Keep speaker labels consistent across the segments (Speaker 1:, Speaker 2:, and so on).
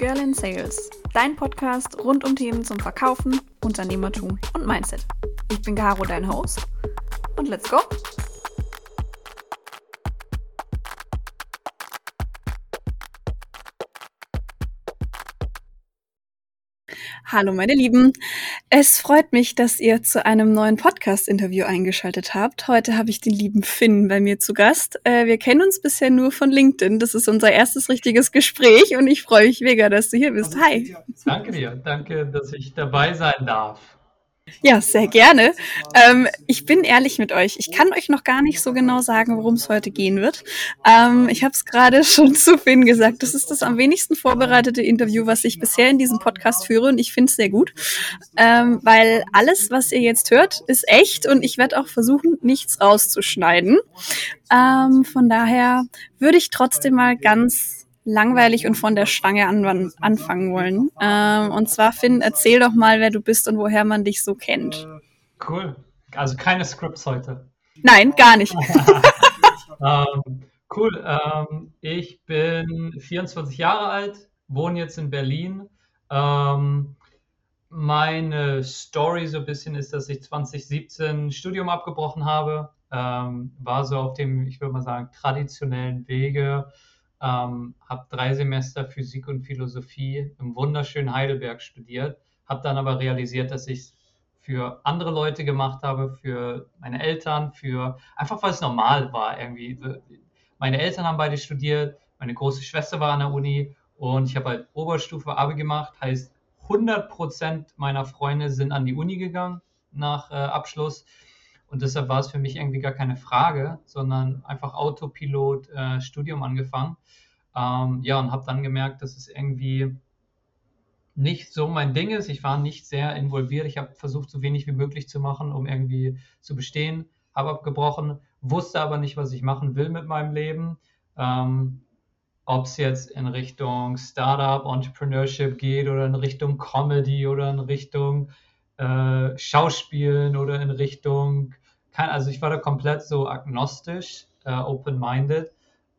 Speaker 1: Girl in Sales, dein Podcast rund um Themen zum Verkaufen, Unternehmertum und Mindset. Ich bin Caro, dein Host, und let's go! Hallo meine Lieben, es freut mich, dass ihr zu einem neuen Podcast-Interview eingeschaltet habt. Heute habe ich den lieben Finn bei mir zu Gast. Wir kennen uns bisher nur von LinkedIn. Das ist unser erstes richtiges Gespräch und ich freue mich mega, dass du hier bist. Hi!
Speaker 2: Danke dir, danke, dass ich dabei sein darf.
Speaker 1: Ja, sehr gerne. Ich bin ehrlich mit euch. Ich kann euch noch gar nicht so genau sagen, worum es heute gehen wird. Ich habe es gerade schon zu Finn gesagt. Das ist das am wenigsten vorbereitete Interview, was ich bisher in diesem Podcast führe, und ich finde es sehr gut, weil alles, was ihr jetzt hört, ist echt und ich werde auch versuchen, nichts rauszuschneiden. Von daher würde ich trotzdem mal ganz langweilig und von der Stange anfangen wollen. Und zwar, Finn, erzähl doch mal, wer du bist und woher man dich so kennt.
Speaker 2: Cool. Also keine Scripts heute.
Speaker 1: Nein, gar nicht.
Speaker 2: Cool. Ich bin 24 Jahre alt, wohne jetzt in Berlin. Meine Story so ein bisschen ist, dass ich 2017 Studium abgebrochen habe. War so auf dem, ich würde mal sagen, traditionellen Wege. Habe 3 Semester Physik und Philosophie im wunderschönen Heidelberg studiert, habe dann aber realisiert, dass ich es für andere Leute gemacht habe, für meine Eltern, einfach weil es normal war irgendwie. Meine Eltern haben beide studiert, meine große Schwester war an der Uni und ich habe halt Oberstufe Abi gemacht, heißt 100% meiner Freunde sind an die Uni gegangen nach Abschluss. Und deshalb war es für mich irgendwie gar keine Frage, sondern einfach Autopilot Studium angefangen. Und habe dann gemerkt, dass es irgendwie nicht so mein Ding ist. Ich war nicht sehr involviert. Ich habe versucht, so wenig wie möglich zu machen, um irgendwie zu bestehen. Habe abgebrochen, wusste aber nicht, was ich machen will mit meinem Leben. Ob es jetzt in Richtung Startup, Entrepreneurship geht oder in Richtung Comedy oder in Richtung Schauspielen oder in Richtung, also ich war da komplett so agnostisch, open-minded,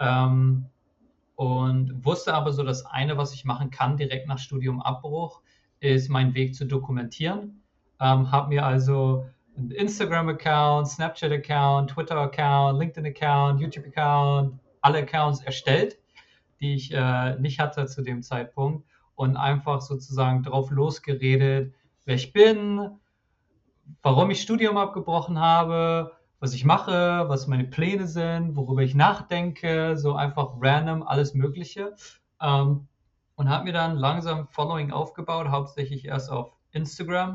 Speaker 2: und wusste aber so, das eine, was ich machen kann direkt nach Studiumabbruch, ist meinen Weg zu dokumentieren. Habe mir also einen Instagram-Account, Snapchat-Account, Twitter-Account, LinkedIn-Account, YouTube-Account, alle Accounts erstellt, die ich nicht hatte zu dem Zeitpunkt, und einfach sozusagen drauf losgeredet, wer ich bin, warum ich Studium abgebrochen habe, was ich mache, was meine Pläne sind, worüber ich nachdenke, so einfach random alles Mögliche. Und habe mir dann langsam Following aufgebaut, hauptsächlich erst auf Instagram,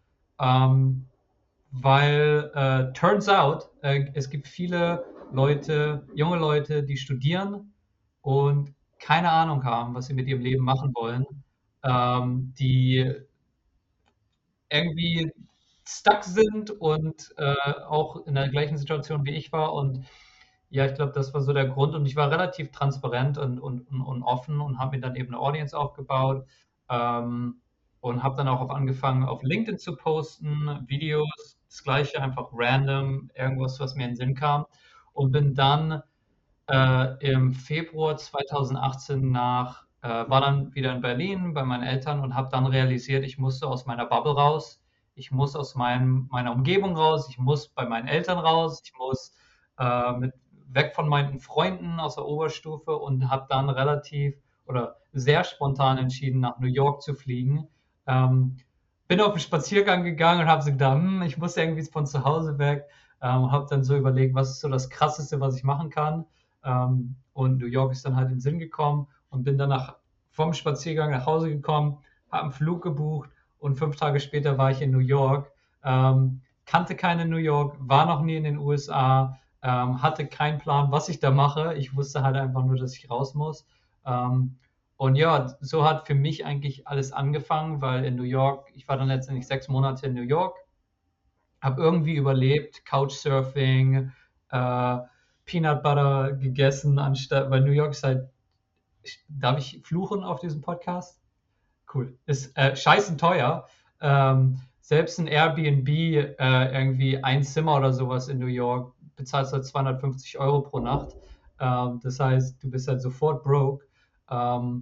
Speaker 2: weil turns out, es gibt viele Leute, junge Leute, die studieren und keine Ahnung haben, was sie mit ihrem Leben machen wollen, die irgendwie stuck sind und auch in der gleichen Situation wie ich war. Und ja, ich glaube, das war so der Grund. Und ich war relativ transparent und offen und habe mir dann eben eine Audience aufgebaut, und habe dann auch angefangen, auf LinkedIn zu posten, Videos, das Gleiche, einfach random, irgendwas, was mir in den Sinn kam. Und bin dann im Februar 2018 war dann wieder in Berlin bei meinen Eltern und habe dann realisiert, ich musste aus meiner Bubble raus, ich muss aus meiner Umgebung raus, ich muss bei meinen Eltern raus, ich muss weg von meinen Freunden aus der Oberstufe, und habe dann relativ oder sehr spontan entschieden, nach New York zu fliegen. Bin auf einen Spaziergang gegangen und habe so gedacht, ich muss irgendwie von zu Hause weg. Habe dann so überlegt, was ist so das Krasseste, was ich machen kann. Und New York ist dann halt in den Sinn gekommen und bin dann vom Spaziergang nach Hause gekommen, habe einen Flug gebucht und 5 Tage später war ich in New York. Kannte keine New York, war noch nie in den USA, hatte keinen Plan, was ich da mache. Ich wusste halt einfach nur, dass ich raus muss. Und ja, so hat für mich eigentlich alles angefangen, weil in New York, ich war dann letztendlich 6 Monate in New York, habe irgendwie überlebt, Couchsurfing, Peanut Butter gegessen, weil New York ist halt, darf ich fluchen auf diesem Podcast? Cool. Ist scheißen teuer. Selbst ein Airbnb, irgendwie ein Zimmer oder sowas in New York, bezahlst halt 250 € pro Nacht. Das heißt, du bist halt sofort broke.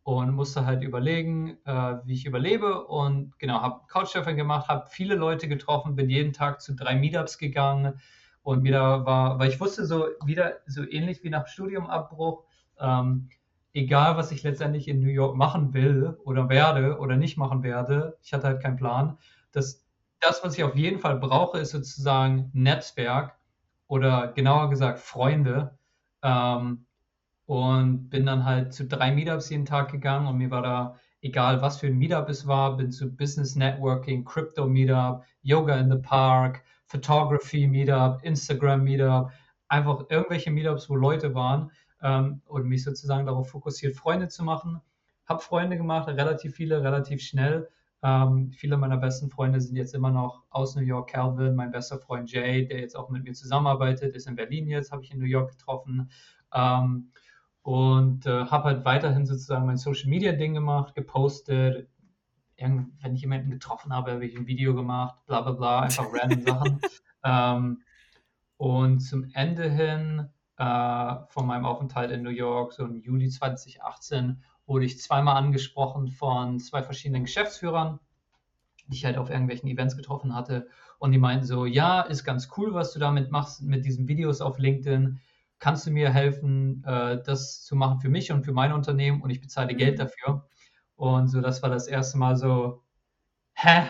Speaker 2: und musste halt überlegen, wie ich überlebe. Und genau, habe Couchsurfing gemacht, habe viele Leute getroffen, bin jeden Tag zu 3 Meetups gegangen und wieder weil ich wusste, so wieder so ähnlich wie nach Studiumabbruch, ähm, egal was ich letztendlich in New York machen will oder werde oder nicht machen werde, ich hatte halt keinen Plan, dass das, was ich auf jeden Fall brauche, ist sozusagen Netzwerk oder genauer gesagt Freunde. Ähm, und bin dann halt zu 3 Meetups jeden Tag gegangen und mir war da egal, was für ein Meetup es war, bin zu Business Networking, Crypto Meetup, Yoga in the Park, Photography Meetup, Instagram Meetup, einfach irgendwelche Meetups, wo Leute waren, und mich sozusagen darauf fokussiert, Freunde zu machen. Habe Freunde gemacht, relativ viele, relativ schnell. Viele meiner besten Freunde sind jetzt immer noch aus New York. Calvin, mein bester Freund Jay, der jetzt auch mit mir zusammenarbeitet, ist in Berlin jetzt, habe ich in New York getroffen. Ähm, und habe halt weiterhin sozusagen mein Social Media Ding gemacht, gepostet. Wenn ich jemanden getroffen habe, habe ich ein Video gemacht, bla bla bla, einfach random Sachen. Ähm, und zum Ende hin von meinem Aufenthalt in New York, so im Juli 2018, wurde ich zweimal angesprochen von zwei verschiedenen Geschäftsführern, die ich halt auf irgendwelchen Events getroffen hatte. Und die meinten so, ja, ist ganz cool, was du damit machst, mit diesen Videos auf LinkedIn. Kannst du mir helfen, das zu machen für mich und für mein Unternehmen und ich bezahle Geld
Speaker 1: Mhm.
Speaker 2: dafür. Und so, das war das erste Mal so, hä?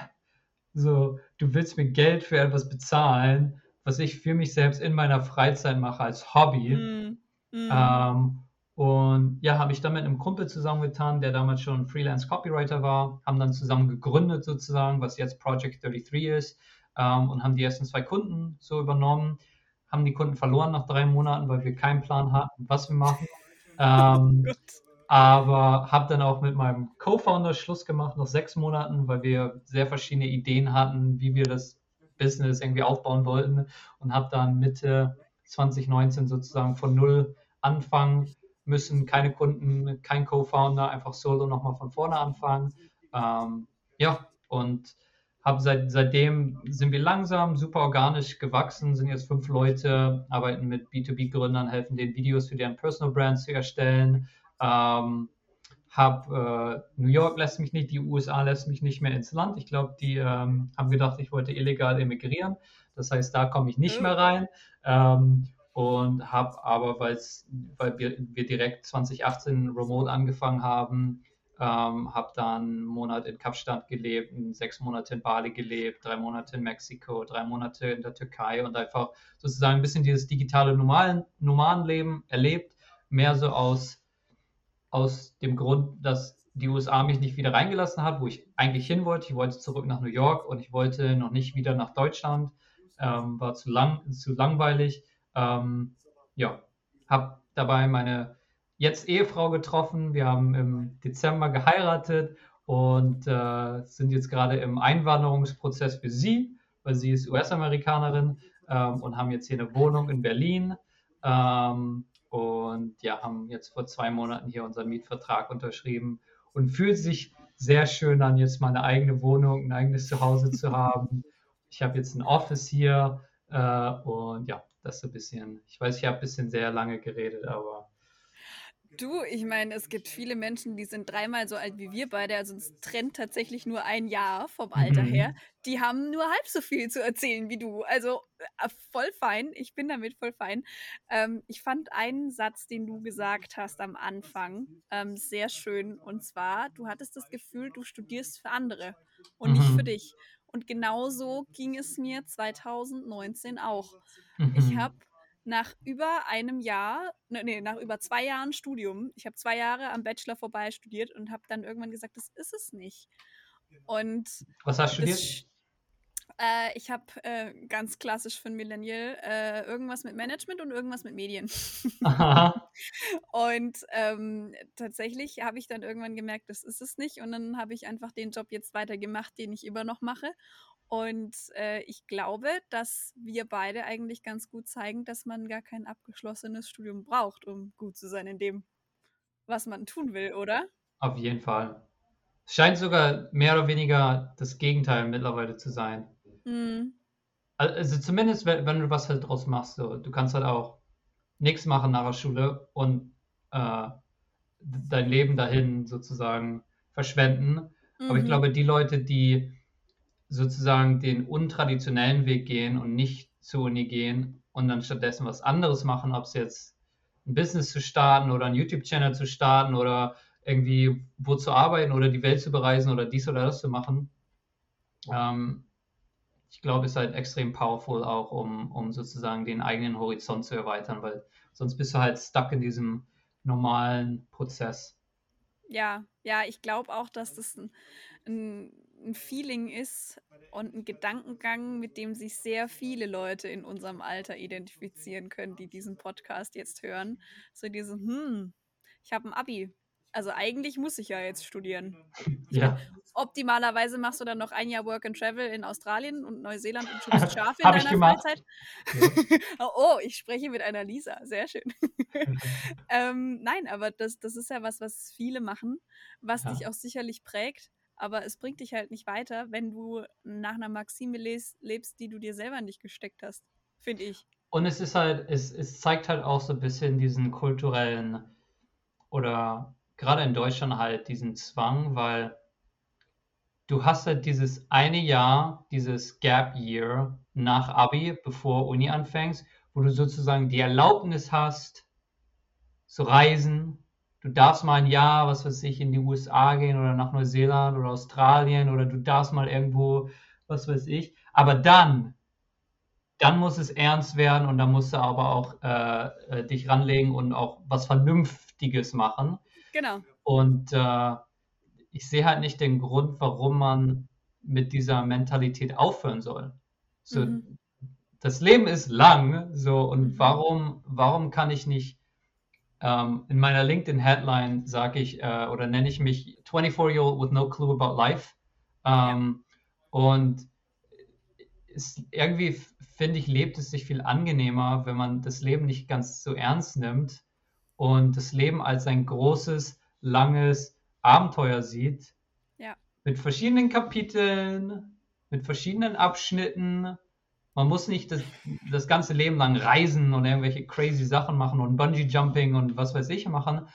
Speaker 2: So, du willst mir Geld für etwas bezahlen, was ich für mich selbst in meiner Freizeit mache als Hobby.
Speaker 1: Mhm. Mhm.
Speaker 2: Ähm, und ja, habe ich dann mit einem Kumpel zusammengetan, der damals schon Freelance Copywriter war, haben dann zusammen gegründet sozusagen, was jetzt Project 33 ist, und haben die ersten zwei Kunden so übernommen, haben die Kunden verloren nach 3 Monaten, weil wir keinen Plan hatten, was wir machen.
Speaker 1: Oh
Speaker 2: Ähm,
Speaker 1: Gott.
Speaker 2: aber habe dann auch mit meinem Co-Founder Schluss gemacht nach 6 Monaten, weil wir sehr verschiedene Ideen hatten, wie wir das Business irgendwie aufbauen wollten und habe dann Mitte 2019 sozusagen von null anfangen müssen, keine Kunden, kein Co-Founder, einfach solo nochmal von vorne anfangen. Ja, und seitdem sind wir langsam super organisch gewachsen, sind jetzt 5 Leute, arbeiten mit B2B-Gründern, helfen denen Videos für deren Personal Brands zu erstellen. New York lässt mich nicht, die USA lässt mich nicht mehr ins Land. Ich glaube, die haben gedacht, ich wollte illegal emigrieren. Das heißt, da komme ich nicht
Speaker 1: Oh.
Speaker 2: mehr rein. Und habe aber, weil wir direkt 2018 remote angefangen haben, habe dann einen Monat in Kapstadt gelebt, 6 Monate in Bali gelebt, 3 Monate in Mexiko, 3 Monate in der Türkei und einfach sozusagen ein bisschen dieses digitale Nomadenleben erlebt. Mehr so aus dem Grund, dass die USA mich nicht wieder reingelassen hat, wo ich eigentlich hin wollte. Ich wollte zurück nach New York und ich wollte noch nicht wieder nach Deutschland. War zu langweilig. Ja, habe dabei meine jetzt Ehefrau getroffen. Wir haben im Dezember geheiratet und sind jetzt gerade im Einwanderungsprozess für sie, weil sie ist US-Amerikanerin, und haben jetzt hier eine Wohnung in Berlin. Und ja, haben jetzt vor 2 Monaten hier unseren Mietvertrag unterschrieben und fühlt sich sehr schön an, jetzt mal eine eigene Wohnung, ein eigenes Zuhause zu haben. Ich habe jetzt ein Office hier, und ja, das ist so ein bisschen, ich weiß, ich habe ein bisschen sehr lange geredet, aber
Speaker 1: Du, ich meine, es gibt viele Menschen, die sind dreimal so alt wie wir beide, also uns trennt tatsächlich nur ein Jahr vom Alter her.
Speaker 2: mhm,
Speaker 1: Die haben nur halb so viel zu erzählen wie du. Also voll fein, ich bin damit voll fein. Ich fand einen Satz, den du gesagt hast am Anfang, sehr schön. Und zwar, du hattest das Gefühl, du studierst für andere und nicht für
Speaker 2: mhm,
Speaker 1: dich. Und genauso ging es mir 2019 auch. Ich
Speaker 2: mhm.
Speaker 1: habe nach über einem Jahr, nee, nach über 2 Jahren Studium, ich habe 2 Jahre am Bachelor vorbei studiert und habe dann irgendwann gesagt, das ist es nicht. Und
Speaker 2: Was hast du studiert?
Speaker 1: das, ich habe ganz klassisch für ein Millennial irgendwas mit Management und irgendwas mit Medien.
Speaker 2: Aha.
Speaker 1: Und tatsächlich habe ich dann irgendwann gemerkt, das ist es nicht. Und dann habe ich einfach den Job jetzt weitergemacht, den ich immer noch mache. Und ich glaube, dass wir beide eigentlich ganz gut zeigen, dass man gar kein abgeschlossenes Studium braucht, um gut zu sein in dem, was man tun will, oder?
Speaker 2: Auf jeden Fall. Es scheint sogar mehr oder weniger das Gegenteil mittlerweile zu sein.
Speaker 1: Hm.
Speaker 2: Also zumindest, wenn du was halt draus machst, so. Du kannst halt auch nichts machen nach der Schule und äh, dein Leben dahin sozusagen verschwenden. Aber ich
Speaker 1: Mhm.
Speaker 2: glaube, die Leute, die sozusagen den untraditionellen Weg gehen und nicht zur Uni gehen und dann stattdessen was anderes machen, ob es jetzt ein Business zu starten oder einen YouTube-Channel zu starten oder irgendwie wo zu arbeiten oder die Welt zu bereisen oder dies oder das zu machen. Ich glaube, es ist halt extrem powerful auch, um sozusagen den eigenen Horizont zu erweitern, weil sonst bist du halt stuck in diesem normalen Prozess.
Speaker 1: Ja, ich glaube auch, dass das ein Feeling ist und ein Gedankengang, mit dem sich sehr viele Leute in unserem Alter identifizieren können, die diesen Podcast jetzt hören. So diese, ich habe ein Abi. Also eigentlich muss ich ja jetzt studieren. Ich meine,
Speaker 2: Ja,
Speaker 1: optimalerweise machst du dann noch ein Jahr Work and Travel in Australien und Neuseeland und schubst Schafe in
Speaker 2: habe ich
Speaker 1: deiner
Speaker 2: gemacht.
Speaker 1: Freizeit.
Speaker 2: Ja.
Speaker 1: Oh, ich spreche mit einer Lisa. Sehr schön. Nein, aber das ist ja was viele machen, was dich
Speaker 2: Ja.
Speaker 1: auch sicherlich prägt. Aber es bringt dich halt nicht weiter, wenn du nach einer Maxime lebst, die du dir selber nicht gesteckt hast, finde ich.
Speaker 2: Und es ist halt, es zeigt halt auch so ein bisschen diesen kulturellen oder gerade in Deutschland halt diesen Zwang, weil du hast halt dieses eine Jahr, dieses Gap Year nach Abi, bevor Uni anfängst, wo du sozusagen die Erlaubnis hast, zu reisen. Du darfst mal ein Jahr, was weiß ich, in die USA gehen oder nach Neuseeland oder Australien oder du darfst mal irgendwo, was weiß ich. Aber dann muss es ernst werden und dann musst du aber auch dich ranlegen und auch was Vernünftiges machen.
Speaker 1: Genau.
Speaker 2: Und ich sehe halt nicht den Grund, warum man mit dieser Mentalität aufhören soll. So,
Speaker 1: Mhm.
Speaker 2: das Leben ist lang, so, und
Speaker 1: Mhm.
Speaker 2: warum kann ich nicht in meiner LinkedIn-Headline sage ich oder nenne ich mich 24-Year-Old with no clue about life.
Speaker 1: Ja.
Speaker 2: Und irgendwie finde ich, lebt es sich viel angenehmer, wenn man das Leben nicht ganz so ernst nimmt und das Leben als ein großes, langes Abenteuer sieht,
Speaker 1: Ja.
Speaker 2: mit verschiedenen Kapiteln, mit verschiedenen Abschnitten. Man muss nicht das ganze Leben lang reisen und irgendwelche crazy Sachen machen und Bungee-Jumping und was weiß ich machen.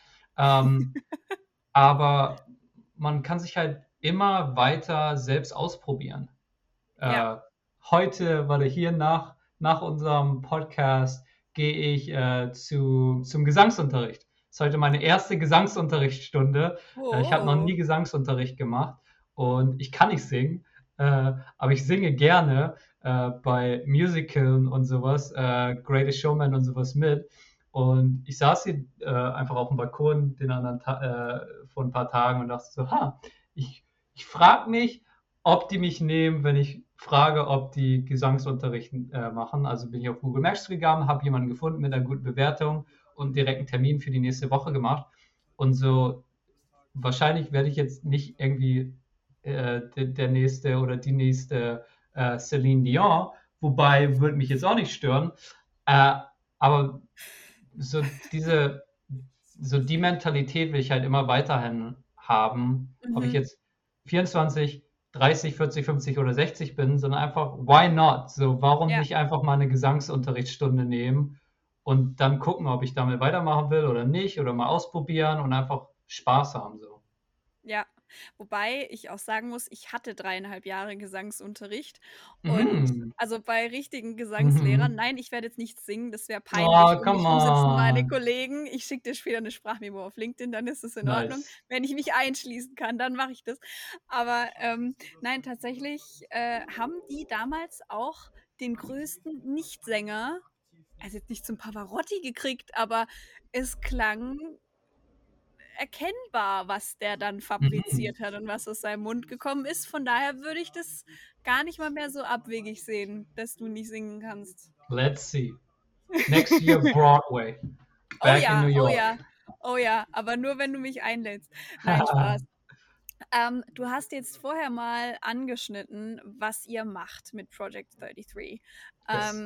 Speaker 2: Aber man kann sich halt immer weiter selbst ausprobieren.
Speaker 1: Ja.
Speaker 2: Äh, Heute, warte, hier nach unserem Podcast gehe ich zum Gesangsunterricht. Das ist heute meine erste Gesangsunterrichtsstunde. Ich habe noch
Speaker 1: Oh.
Speaker 2: nie Gesangsunterricht gemacht und ich kann nicht singen, aber ich singe gerne bei Musicals und sowas, Greatest Showman und sowas mit. Und ich saß hier einfach auf dem Balkon vor ein paar Tagen und dachte so, ich frage mich, ob die mich nehmen, wenn ich frage, ob die Gesangsunterricht machen. Also bin ich auf Google Maps gegangen, habe jemanden gefunden mit einer guten Bewertung und direkt einen Termin für die nächste Woche gemacht. Und so wahrscheinlich werde ich jetzt nicht irgendwie der nächste oder die nächste Celine Dion, wobei würde mich jetzt auch nicht stören. Äh, aber so diese, so die Mentalität will ich halt immer weiterhin haben, ob ich
Speaker 1: Mhm.
Speaker 2: jetzt 24, 30, 40, 50 oder 60 bin, sondern einfach, why not? So, warum
Speaker 1: Ja.
Speaker 2: nicht einfach mal eine Gesangsunterrichtsstunde nehmen und dann gucken, ob ich damit weitermachen will oder nicht oder mal ausprobieren und einfach Spaß haben, so.
Speaker 1: Ja, wobei ich auch sagen muss, ich hatte 3,5 Jahre Gesangsunterricht und
Speaker 2: Mhm.
Speaker 1: also bei richtigen Gesangslehrern,
Speaker 2: Mhm.
Speaker 1: nein, ich werde jetzt nicht singen, das wäre peinlich.
Speaker 2: Oh,
Speaker 1: Um
Speaker 2: come
Speaker 1: mich rum sitzen meine
Speaker 2: on.
Speaker 1: Kollegen. Ich schicke dir später eine Sprachmemo auf LinkedIn, dann ist es in Ordnung.
Speaker 2: Nice.
Speaker 1: Wenn ich mich einschließen kann, dann mache ich das. Aber nein, tatsächlich haben die damals auch den größten Nichtsänger, also jetzt nicht zum Pavarotti gekriegt, aber es klang erkennbar, was der dann
Speaker 2: Mhm.
Speaker 1: fabriziert hat und was aus seinem Mund gekommen ist. Von daher würde ich das gar nicht mal mehr so abwegig sehen, dass du nicht singen kannst.
Speaker 2: Let's see. Next year, Broadway.
Speaker 1: Oh
Speaker 2: Back in New
Speaker 1: ja, oh
Speaker 2: York.
Speaker 1: ja, oh ja, aber nur wenn du mich einlädst. Nein, Spaß. Du hast jetzt vorher mal angeschnitten, was ihr macht mit Project 33.
Speaker 2: Yes.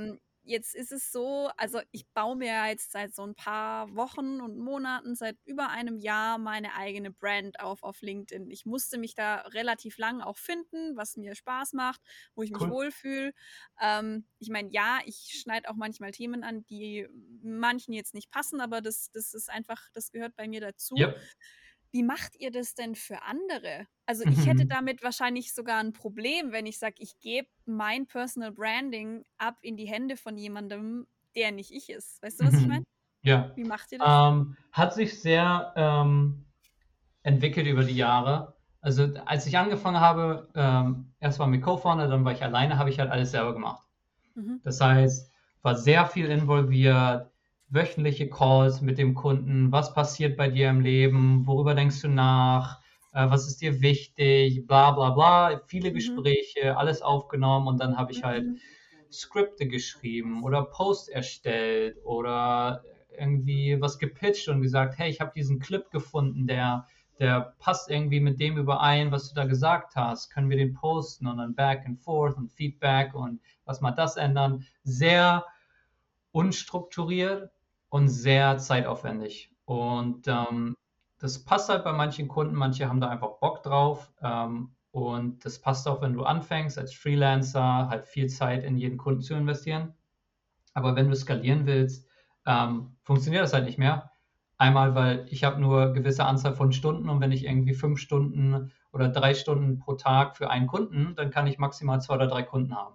Speaker 1: jetzt ist es so, also ich baue mir ja jetzt seit so ein paar Wochen und Monaten, seit über einem Jahr meine eigene Brand auf LinkedIn. Ich musste mich da relativ lang auch finden, was mir Spaß macht, wo ich mich
Speaker 2: Cool.
Speaker 1: wohlfühle. Ich meine, ja, ich schneide auch manchmal Themen an, die manchen jetzt nicht passen, aber das ist einfach, das gehört bei mir dazu.
Speaker 2: Yep.
Speaker 1: Wie macht ihr das denn für andere? Also ich hätte
Speaker 2: Mhm.
Speaker 1: damit wahrscheinlich sogar ein Problem, wenn ich sage, ich gebe mein Personal Branding ab in die Hände von jemandem, der nicht ich ist. Weißt du, was ich meine?
Speaker 2: Ja.
Speaker 1: Wie macht ihr das?
Speaker 2: Hat sich sehr entwickelt über die Jahre. Also als ich angefangen habe, erst mal mit Co-Founder, dann war ich alleine, habe ich halt alles selber gemacht.
Speaker 1: Mhm.
Speaker 2: Das heißt, war sehr viel involviert, wöchentliche Calls mit dem Kunden, was passiert bei dir im Leben, worüber denkst du nach, was ist dir wichtig, bla bla bla, viele
Speaker 1: Mhm.
Speaker 2: Gespräche, alles aufgenommen und dann habe ich halt
Speaker 1: Mhm.
Speaker 2: Skripte geschrieben oder Posts erstellt oder irgendwie was gepitcht und gesagt, hey, ich habe diesen Clip gefunden, der passt irgendwie mit dem überein, was du da gesagt hast. Können wir den posten und dann back and forth und Feedback und was mal das ändern. Sehr unstrukturiert und sehr zeitaufwendig. Und das passt halt bei manchen Kunden, manche haben da einfach Bock drauf. Und das passt auch, wenn du anfängst als Freelancer, halt viel Zeit in jeden Kunden zu investieren. Aber wenn du skalieren willst, funktioniert das halt nicht mehr. Einmal, weil ich habe nur gewisse Anzahl von Stunden und wenn ich irgendwie 5 Stunden oder 3 Stunden pro Tag für einen Kunden, dann kann ich maximal 2 oder 3 Kunden haben.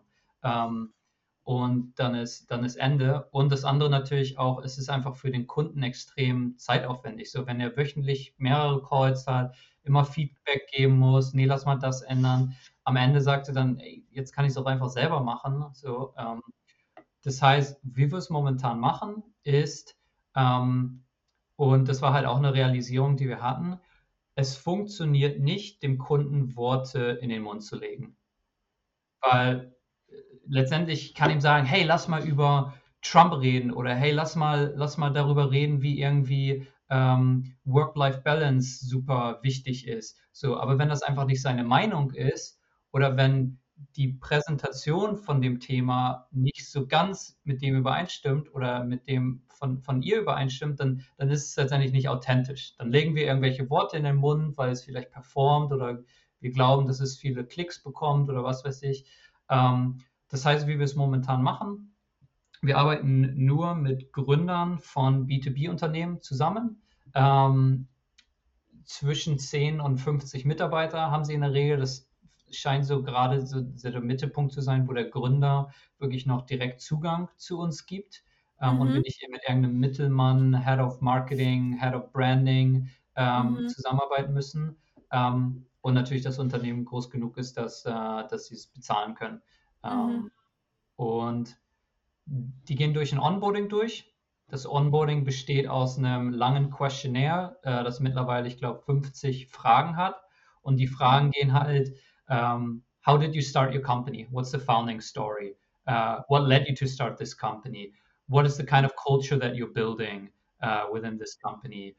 Speaker 2: Und dann ist Ende. Und das andere natürlich auch, es ist einfach für den Kunden extrem zeitaufwendig. So, wenn er wöchentlich mehrere Calls hat, immer Feedback geben muss, nee, lass mal das ändern. Am Ende sagt er dann, ey, jetzt kann ich es auch einfach selber machen. So, das heißt, wie wir es momentan machen, ist, ähm, und das war halt auch eine Realisierung, die wir hatten, es funktioniert nicht, dem Kunden Worte in den Mund zu legen. Weil letztendlich kann ihm sagen, hey, lass mal über Trump reden oder hey, lass mal darüber reden, wie irgendwie Work-Life-Balance super wichtig ist. So, aber wenn das einfach nicht seine Meinung ist oder wenn die Präsentation von dem Thema nicht so ganz mit dem übereinstimmt oder mit dem von ihr übereinstimmt, dann ist es letztendlich nicht authentisch. Dann legen wir irgendwelche Worte in den Mund, weil es vielleicht performt oder wir glauben, dass es viele Klicks bekommt oder was weiß ich. Ähm, Das heißt, wie wir es momentan machen, wir arbeiten nur mit Gründern von B2B-Unternehmen zusammen. Ähm, Zwischen 10 und 50 Mitarbeiter haben sie in der Regel. Das scheint so gerade so der Mittelpunkt zu sein, wo der Gründer wirklich noch direkt Zugang zu uns gibt und wir
Speaker 1: Mhm.
Speaker 2: nicht mit irgendeinem Mittelmann, Head of Marketing, Head of Branding
Speaker 1: Mhm.
Speaker 2: zusammenarbeiten müssen. Und natürlich das Unternehmen groß genug ist, dass sie es bezahlen können.
Speaker 1: Mhm.
Speaker 2: Und die gehen durch ein Onboarding durch. Das Onboarding besteht aus einem langen Questionnaire, das mittlerweile, ich glaube, 50 Fragen hat. Und die Fragen gehen halt, how did you start your company? What's the founding story? What led you to start this company? What is the kind of culture that you're building within this company?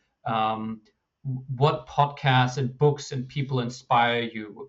Speaker 2: What podcasts and books and people inspire you?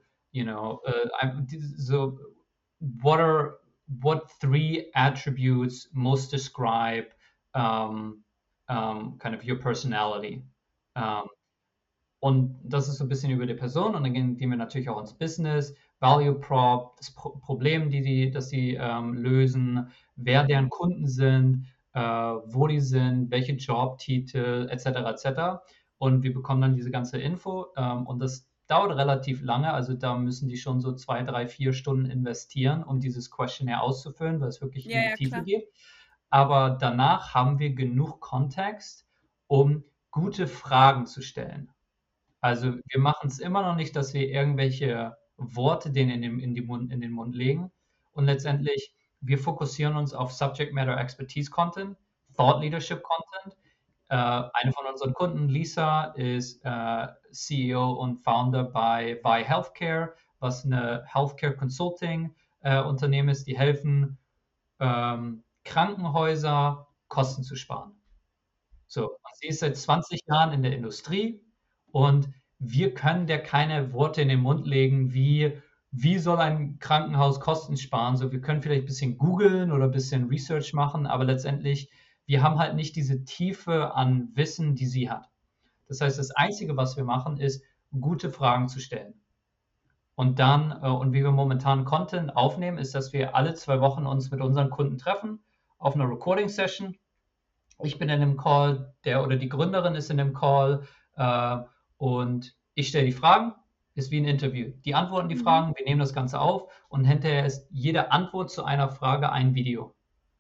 Speaker 2: So what are what three attributes most describe um, kind of your personality? Um, und das ist so ein bisschen über die Person und dann gehen wir natürlich auch ins Business, Value Prop, das Problem, das die lösen, wer deren Kunden sind, wo die sind, welche Jobtitel, etc. etc. Und wir bekommen dann diese ganze Info und das dauert relativ lange, also da müssen die schon so 2, 3, 4 Stunden investieren, um dieses Questionnaire auszufüllen, weil es wirklich
Speaker 1: Ja,
Speaker 2: in die
Speaker 1: ja,
Speaker 2: Tiefe
Speaker 1: klar.
Speaker 2: geht. Aber danach haben wir genug Kontext, um gute Fragen zu stellen. Also wir machen es immer noch nicht, dass wir irgendwelche Worte denen in den Mund legen. Und letztendlich, wir fokussieren uns auf Subject Matter Expertise Content, Thought Leadership Content. Eine von unseren Kunden, Lisa, ist CEO und Founder bei Vi Healthcare, was eine Healthcare Consulting Unternehmen ist, die helfen, Krankenhäuser Kosten zu sparen. So, und sie ist seit 20 Jahren in der Industrie und wir können der keine Worte in den Mund legen wie wie soll ein Krankenhaus Kosten sparen? So, wir können vielleicht ein bisschen googeln oder ein bisschen Research machen, aber letztendlich, wir haben halt nicht diese Tiefe an Wissen, die sie hat. Das heißt, das Einzige, was wir machen, ist, gute Fragen zu stellen. Und dann, und wie wir momentan Content aufnehmen, ist, dass wir alle 2 Wochen uns mit unseren Kunden treffen auf einer Recording-Session. Ich bin in dem Call, der oder die Gründerin ist in dem Call und ich stelle die Fragen, ist wie ein Interview. Die antworten die Fragen, wir nehmen das Ganze auf und hinterher ist jede Antwort zu einer Frage ein Video.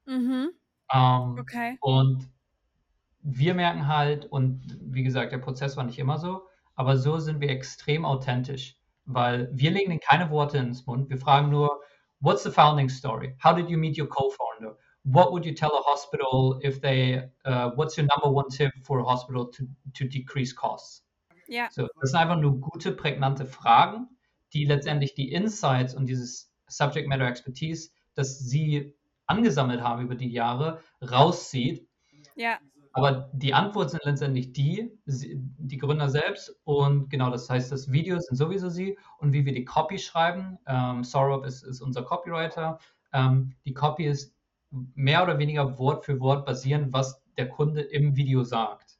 Speaker 1: Okay.
Speaker 2: Und wir merken halt, und wie gesagt, der Prozess war nicht immer so, aber so sind wir extrem authentisch, weil wir legen ihnen keine Worte ins Mund. Wir fragen nur, what's the founding story? How did you meet your co-founder? What would you tell a hospital if they, what's your number one tip for a hospital to decrease costs?
Speaker 1: Ja.
Speaker 2: So, das sind einfach nur gute, prägnante Fragen, die letztendlich die Insights und dieses Subject Matter Expertise, das sie angesammelt haben über die Jahre, rauszieht.
Speaker 1: Ja.
Speaker 2: Aber die Antwort sind letztendlich die Gründer selbst und genau, das heißt, das Video sind sowieso sie und wie wir die Copy schreiben, Saurabh ist unser Copywriter, die Copy ist mehr oder weniger Wort für Wort basierend, was der Kunde im Video sagt.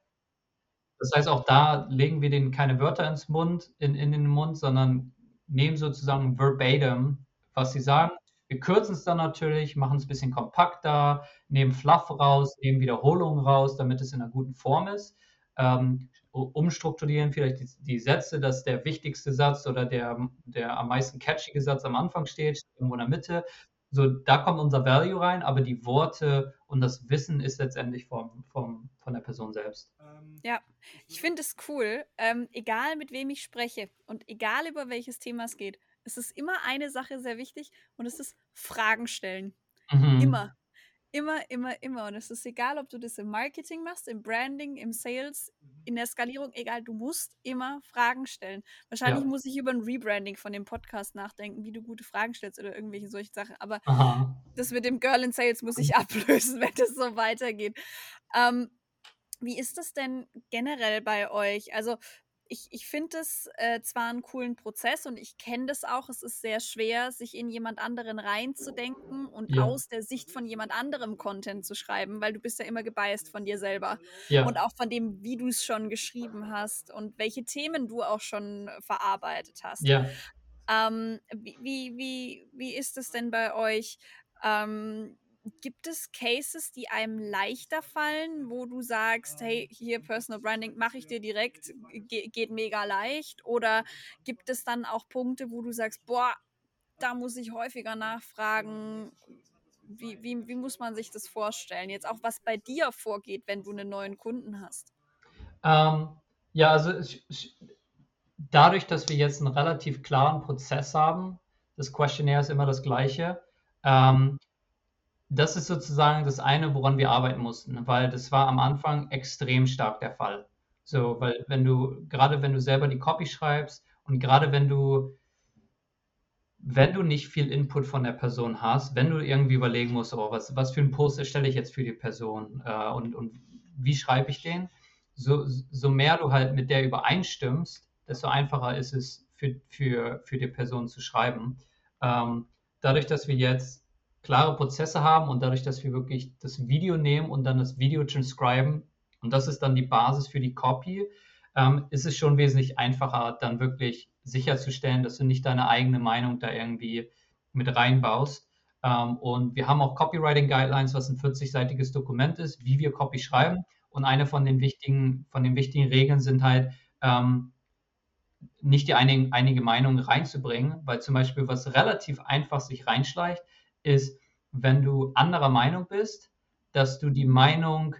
Speaker 2: Das heißt, auch da legen wir denen keine Wörter in den Mund, sondern nehmen sozusagen verbatim, was sie sagen. Wir kürzen es dann natürlich, machen es ein bisschen kompakter, nehmen Fluff raus, nehmen Wiederholungen raus, damit es in einer guten Form ist. Umstrukturieren vielleicht die Sätze, dass der wichtigste Satz oder der am meisten catchige Satz am Anfang steht, irgendwo in der Mitte. So, da kommt unser Value rein, aber die Worte und das Wissen ist letztendlich von der Person selbst.
Speaker 1: Ja, ich finde es cool, egal mit wem ich spreche und egal über welches Thema es geht, es ist immer eine Sache sehr wichtig und es ist Fragen stellen. Immer. Immer. Und es ist egal, ob du das im Marketing machst, im Branding, im Sales, in der Skalierung, egal, du musst immer Fragen stellen. Wahrscheinlich muss ich über ein Rebranding von dem Podcast nachdenken, wie du gute Fragen stellst oder irgendwelche solchen Sachen. Aber das mit dem Girl in Sales muss ich ablösen, wenn das so weitergeht. Wie ist das denn generell bei euch? Also ich finde es zwar einen coolen Prozess und ich kenne das auch, es ist sehr schwer, sich in jemand anderen reinzudenken und aus der Sicht von jemand anderem Content zu schreiben, weil du bist ja immer gebiased von dir selber und auch von dem, wie du es schon geschrieben hast und welche Themen du auch schon verarbeitet hast. Wie ist es denn bei euch? Gibt es Cases, die einem leichter fallen, wo du sagst, hey, hier Personal Branding mache ich dir direkt, geht mega leicht? Oder gibt es dann auch Punkte, wo du sagst, boah, da muss ich häufiger nachfragen? Wie muss man sich das vorstellen? Jetzt auch, was bei dir vorgeht, wenn du einen neuen Kunden hast.
Speaker 2: Ja, also dadurch, dass wir jetzt einen relativ klaren Prozess haben, das Questionnaire ist immer das gleiche, das ist sozusagen das eine, woran wir arbeiten mussten, weil das war am Anfang extrem stark der Fall. So, weil gerade wenn du selber die Copy schreibst und gerade wenn du nicht viel Input von der Person hast, wenn du irgendwie überlegen musst, oh, was für einen Post erstelle ich jetzt für die Person und wie schreibe ich den, so mehr du halt mit der übereinstimmst, desto einfacher ist es für die Person zu schreiben. Dadurch, dass wir jetzt klare Prozesse haben und dadurch, dass wir wirklich das Video nehmen und dann das Video transcriben und das ist dann die Basis für die Copy, ist es schon wesentlich einfacher, dann wirklich sicherzustellen, dass du nicht deine eigene Meinung da irgendwie mit reinbaust. Und wir haben auch Copywriting Guidelines, was ein 40-seitiges Dokument ist, wie wir Copy schreiben. Und eine von den wichtigen Regeln sind halt, nicht die einige Meinung reinzubringen, weil zum Beispiel was relativ einfach sich reinschleicht, ist, wenn du anderer Meinung bist, dass du die Meinung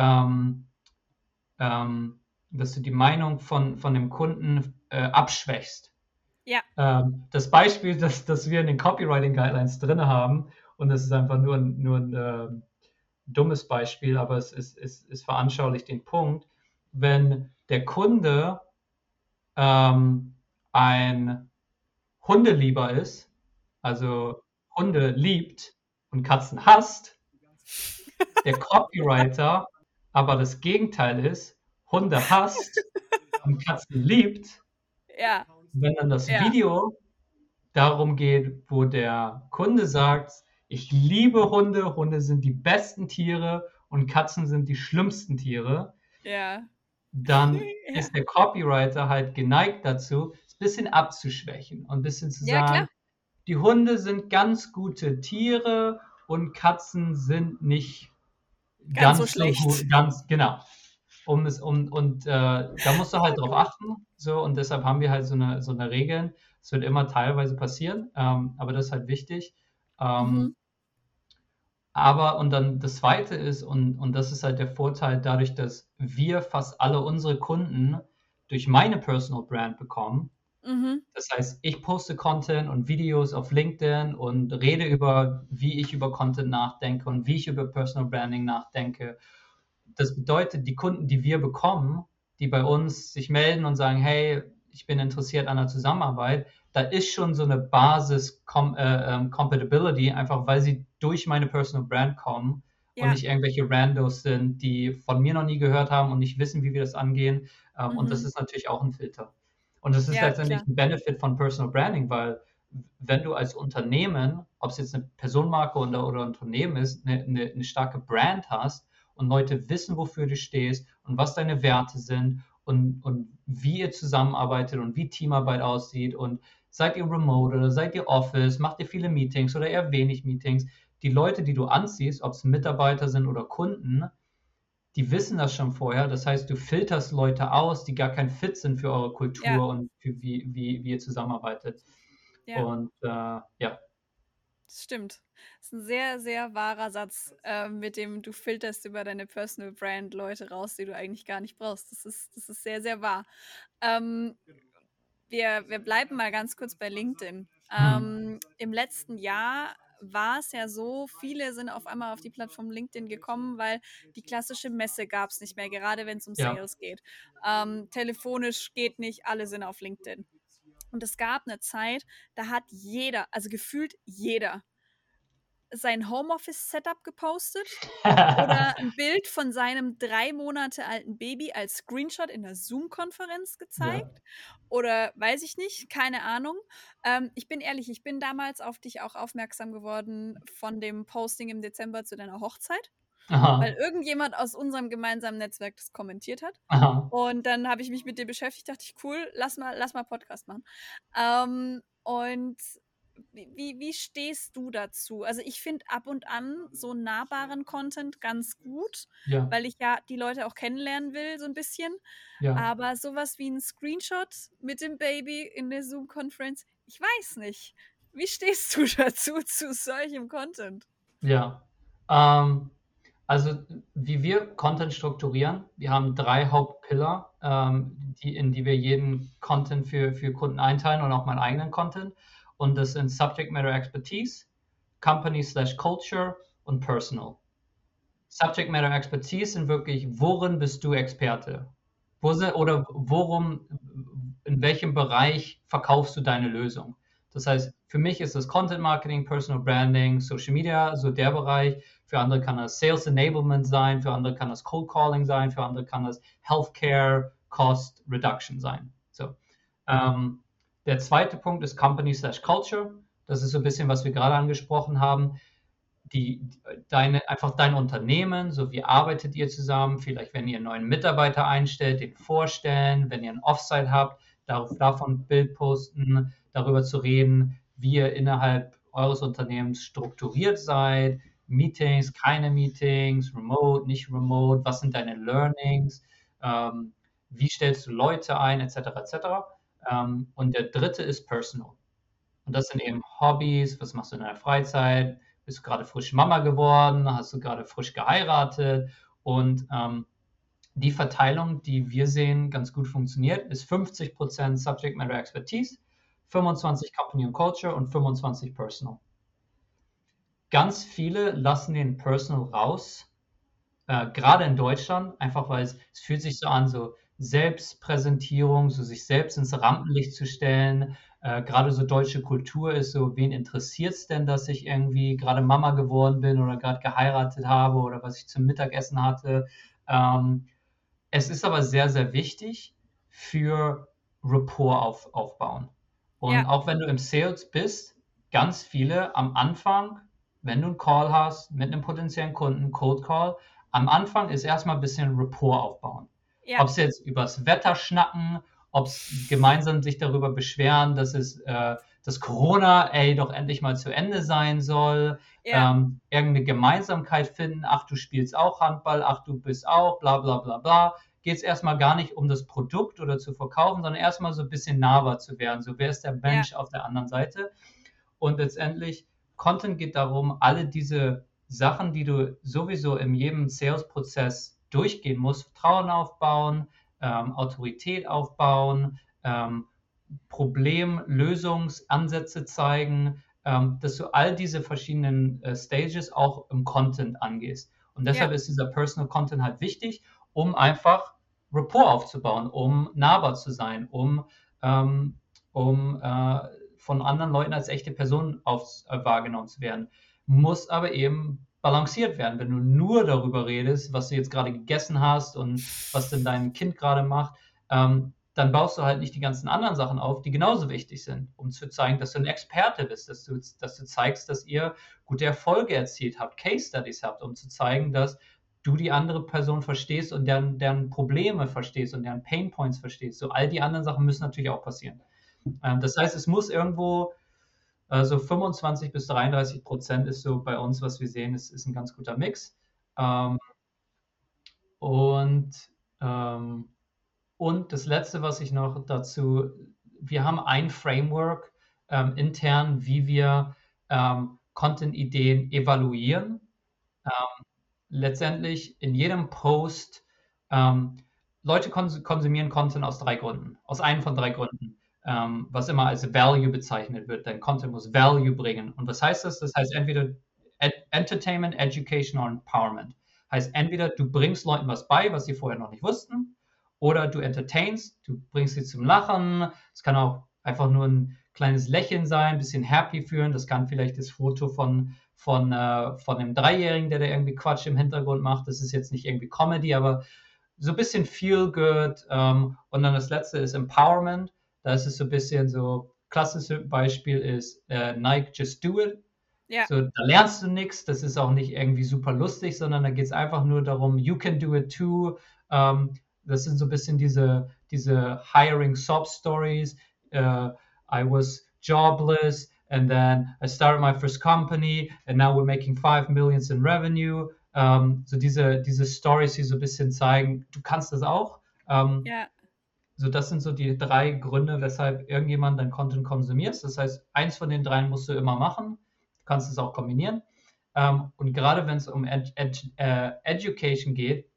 Speaker 2: von dem Kunden abschwächst.
Speaker 1: Ja.
Speaker 2: Das Beispiel, das wir in den Copywriting Guidelines drin haben, und das ist einfach nur ein dummes Beispiel, aber es veranschaulicht den Punkt, wenn der Kunde ein Hundelieber ist, also Hunde liebt und Katzen hasst, der Copywriter aber das Gegenteil ist, Hunde hasst und Katzen liebt, wenn dann das Video darum geht, wo der Kunde sagt, ich liebe Hunde, Hunde sind die besten Tiere und Katzen sind die schlimmsten Tiere,
Speaker 1: Ja.
Speaker 2: dann
Speaker 1: Ja.
Speaker 2: ist der Copywriter halt geneigt dazu, es ein bisschen abzuschwächen und ein bisschen zu
Speaker 1: Ja,
Speaker 2: sagen,
Speaker 1: klar.
Speaker 2: die Hunde sind ganz gute Tiere und Katzen sind nicht
Speaker 1: Ganz so
Speaker 2: ganz so gut,
Speaker 1: schlecht.
Speaker 2: ganz genau. Da musst du halt drauf achten, so, und deshalb haben wir halt so eine Regeln. Es wird immer teilweise passieren, aber das ist halt wichtig. Ähm,
Speaker 1: Mhm.
Speaker 2: und dann das Zweite ist, und das ist halt der Vorteil dadurch, dass wir fast alle unsere Kunden durch meine Personal Brand bekommen.
Speaker 1: Mhm.
Speaker 2: Das heißt, ich poste Content und Videos auf LinkedIn und rede über, wie ich über Content nachdenke und wie ich über Personal Branding nachdenke. Das bedeutet, die Kunden, die wir bekommen, die bei uns sich melden und sagen, hey, ich bin interessiert an der Zusammenarbeit, da ist schon so eine Basis Compatibility, einfach weil sie durch meine Personal Brand kommen und
Speaker 1: Ja.
Speaker 2: nicht irgendwelche Randos sind, die von mir noch nie gehört haben und nicht wissen, wie wir das angehen. Und das
Speaker 1: Mhm.
Speaker 2: ist natürlich auch ein Filter. Und das ist
Speaker 1: Ja,
Speaker 2: letztendlich
Speaker 1: klar.
Speaker 2: ein Benefit von Personal Branding, weil wenn du als Unternehmen, ob es jetzt eine Personenmarke oder ein Unternehmen ist, eine starke Brand hast und Leute wissen, wofür du stehst und was deine Werte sind und wie ihr zusammenarbeitet und wie Teamarbeit aussieht und seid ihr remote oder seid ihr Office, macht ihr viele Meetings oder eher wenig Meetings. Die Leute, die du anziehst, ob es Mitarbeiter sind oder Kunden, die wissen das schon vorher. Das heißt, du filterst Leute aus, die gar kein Fit sind für eure
Speaker 1: Ja,
Speaker 2: Kultur und für wie ihr zusammenarbeitet.
Speaker 1: ja,
Speaker 2: Und ja,
Speaker 1: das stimmt. Das ist ein sehr, sehr wahrer Satz, mit dem du filterst über deine Personal Brand Leute raus, die du eigentlich gar nicht brauchst. Das ist sehr, sehr wahr. Ähm, wir bleiben mal ganz kurz bei LinkedIn.
Speaker 2: mhm.
Speaker 1: Im letzten Jahr war es ja so, viele sind auf einmal auf die Plattform LinkedIn gekommen, weil die klassische Messe gab es nicht mehr, gerade wenn es um
Speaker 2: Ja.
Speaker 1: Sales geht. Telefonisch geht nicht, alle sind auf LinkedIn. Und es gab eine Zeit, da hat jeder, also gefühlt jeder, sein Homeoffice-Setup gepostet oder ein Bild von seinem 3 Monate alten Baby als Screenshot in der Zoom-Konferenz
Speaker 2: Ja.
Speaker 1: gezeigt. Oder weiß ich nicht, keine Ahnung. Ich bin ehrlich, ich bin damals auf dich auch aufmerksam geworden von dem Posting im Dezember zu deiner Hochzeit, weil
Speaker 2: Aha.
Speaker 1: irgendjemand aus unserem gemeinsamen Netzwerk das kommentiert hat.
Speaker 2: Aha.
Speaker 1: Und dann habe ich mich mit dir beschäftigt, dachte ich, cool, lass mal Podcast machen. Und wie stehst du dazu? Also ich finde ab und an so nahbaren Content ganz gut,
Speaker 2: Ja.
Speaker 1: weil ich ja die Leute auch kennenlernen will, so ein bisschen.
Speaker 2: Ja.
Speaker 1: Aber sowas wie ein Screenshot mit dem Baby in der Zoom-Conference, ich weiß nicht. Wie stehst du dazu, zu solchem Content?
Speaker 2: Ja. Ähm, also, wie wir Content strukturieren, wir haben 3 Hauptpillar, in die wir jeden Content für Kunden einteilen und auch meinen eigenen Content. Und das sind Subject Matter Expertise, Company/Culture und Personal. Subject Matter Expertise sind wirklich, worin bist du Experte? Oder in welchem Bereich verkaufst du deine Lösung? Das heißt, für mich ist das Content Marketing, Personal Branding, Social Media, so der Bereich. Für andere kann das Sales Enablement sein, für andere kann das Cold Calling sein, für andere kann das Healthcare Cost Reduction sein. So. Ähm, der zweite Punkt ist Company/Culture. Das ist so ein bisschen, was wir gerade angesprochen haben, einfach dein Unternehmen, so wie arbeitet ihr zusammen, vielleicht wenn ihr einen neuen Mitarbeiter einstellt, den vorstellen, wenn ihr ein Offsite habt, davon ein Bild posten, darüber zu reden, wie ihr innerhalb eures Unternehmens strukturiert seid, Meetings, keine Meetings, remote, nicht remote, was sind deine Learnings, ähm, wie stellst du Leute ein, etc. etc. Und der dritte ist Personal. Und das sind eben Hobbys, was machst du in deiner Freizeit? Bist du gerade frisch Mama geworden? Hast du gerade frisch geheiratet? Und die Verteilung, die wir sehen, ganz gut funktioniert, ist 50% Subject Matter Expertise, 25 Company und Culture und 25 Personal. Ganz viele lassen den Personal raus, gerade in Deutschland, einfach weil es fühlt sich so an, so Selbstpräsentierung, so sich selbst ins Rampenlicht zu stellen. Gerade so deutsche Kultur ist so, wen interessiert es denn, dass ich irgendwie gerade Mama geworden bin oder gerade geheiratet habe oder was ich zum Mittagessen hatte. Ähm, Es ist aber sehr, sehr wichtig für Rapport aufbauen. Und
Speaker 1: Ja,
Speaker 2: auch wenn du im Sales bist, ganz viele am Anfang, wenn du einen Call hast mit einem potenziellen Kunden, Cold Call, am Anfang ist erstmal ein bisschen Rapport aufbauen.
Speaker 1: ja,
Speaker 2: Ob es jetzt übers Wetter schnacken, ob es gemeinsam sich darüber beschweren, dass Corona, ey, doch endlich mal zu Ende sein soll,
Speaker 1: ja,
Speaker 2: irgendeine Gemeinsamkeit finden, ach, du spielst auch Handball, ach, du bist auch, bla bla bla bla. Geht es erstmal gar nicht um das Produkt oder zu verkaufen, sondern erstmal so ein bisschen nahbar zu werden. So, wer ist der
Speaker 1: ja,
Speaker 2: Mensch auf der anderen Seite? Und letztendlich, Content geht darum, alle diese Sachen, die du sowieso in jedem Sales-Prozess durchgehen musst, Vertrauen aufbauen, Autorität aufbauen, Problemlösungsansätze zeigen, dass du all diese verschiedenen Stages auch im Content angehst. Und
Speaker 1: ja,
Speaker 2: deshalb ist dieser Personal Content halt wichtig, um einfach Rapport aufzubauen, um nahbar zu sein, ähm, um von anderen Leuten als echte Person wahrgenommen zu werden. Muss aber eben balanciert werden. Wenn du nur darüber redest, was du jetzt gerade gegessen hast und was denn dein Kind gerade macht, dann baust du halt nicht die ganzen anderen Sachen auf, die genauso wichtig sind, um zu zeigen, dass du ein Experte bist, dass du zeigst, dass ihr gute Erfolge erzielt habt, Case Studies habt, um zu zeigen, dass du die andere Person verstehst und deren Probleme verstehst und deren Pain Points verstehst. So all die anderen Sachen müssen natürlich auch passieren. Das heißt, es muss irgendwo so 25 bis 33% ist so bei uns, was wir sehen, ist ein ganz guter Mix. Ähm, und, ähm, und das Letzte, was ich noch dazu, wir haben ein Framework intern, wie wir Content-Ideen evaluieren. Letztendlich in jedem Post, ähm, Leute konsumieren Content aus 3 Gründen, aus einem von 3 Gründen, was immer als Value bezeichnet wird. Dein Content muss Value bringen. Und was heißt das? Das heißt entweder Entertainment, Education or Empowerment. Heißt entweder du bringst Leuten was bei, was sie vorher noch nicht wussten, oder du entertainst, du bringst sie zum Lachen. Es kann auch einfach nur ein kleines Lächeln sein, ein bisschen happy fühlen. Das kann vielleicht das Foto von einem Dreijährigen, der da irgendwie Quatsch im Hintergrund macht. Das ist jetzt nicht irgendwie Comedy, aber so ein bisschen feel good. Und dann das letzte ist Empowerment. Da ist es so ein bisschen so, klassisches Beispiel ist Nike Just Do It.
Speaker 1: ja,
Speaker 2: So, da lernst du nichts, das ist auch nicht irgendwie super lustig, sondern da geht es einfach nur darum, you can do it too. Ähm, Das sind so ein bisschen diese Hiring Sob Stories. I was jobless and then I started my first company and now we're making 5 Millions in revenue. So diese Stories, die so ein bisschen zeigen, du kannst das auch. Ähm,
Speaker 1: ja,
Speaker 2: so, das sind so die 3 Gründe, weshalb irgendjemand dein Content konsumiert. Das heißt, eins von den 3 musst du immer machen. Du kannst es auch kombinieren. Und gerade wenn es um Education geht,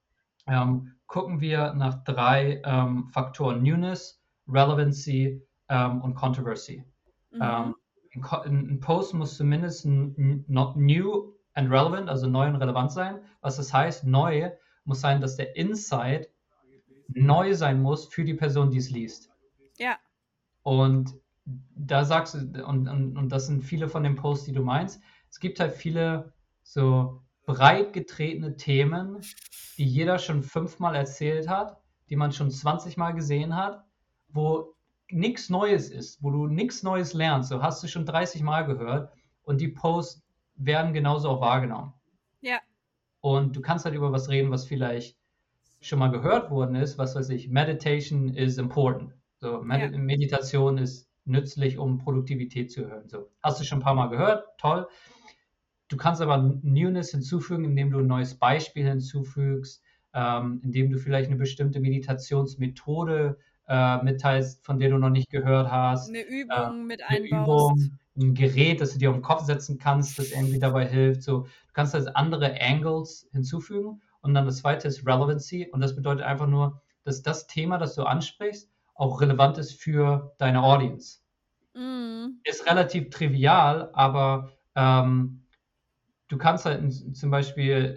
Speaker 2: gucken wir nach 3 Faktoren: Newness, Relevancy und Controversy.
Speaker 1: mhm,
Speaker 2: Ähm, ein Post muss zumindest not new and relevant, also neu und relevant sein. Was das heißt, neu muss sein, dass der Insight neu sein muss für die Person, die es liest.
Speaker 1: ja,
Speaker 2: Und da sagst du, und das sind viele von den Posts, die du meinst. Es gibt halt viele so breit getretene Themen, die jeder schon 5-mal erzählt hat, die man schon 20-mal gesehen hat, wo nichts Neues ist, wo du nichts Neues lernst. So hast du schon 30-mal gehört und die Posts werden genauso auch wahrgenommen.
Speaker 1: ja,
Speaker 2: Und du kannst halt über was reden, was vielleicht schon mal gehört worden ist, was weiß ich, Meditation is important. So,
Speaker 1: ja,
Speaker 2: Meditation ist nützlich, um Produktivität zu erhöhen. So, hast du schon ein paar Mal gehört, toll. Du kannst aber Newness hinzufügen, indem du ein neues Beispiel hinzufügst, indem du vielleicht eine bestimmte Meditationsmethode mitteilst, von der du noch nicht gehört hast,
Speaker 1: eine Übung mit
Speaker 2: eine
Speaker 1: einbaust.
Speaker 2: Übung, ein Gerät, das du dir auf den Kopf setzen kannst, das irgendwie dabei hilft. So, du kannst also andere Angles hinzufügen. Und dann das zweite ist Relevancy. Und das bedeutet einfach nur, dass das Thema, das du ansprichst, auch relevant ist für deine Audience.
Speaker 1: Mhm.
Speaker 2: Ist relativ trivial, aber du kannst halt zum Beispiel,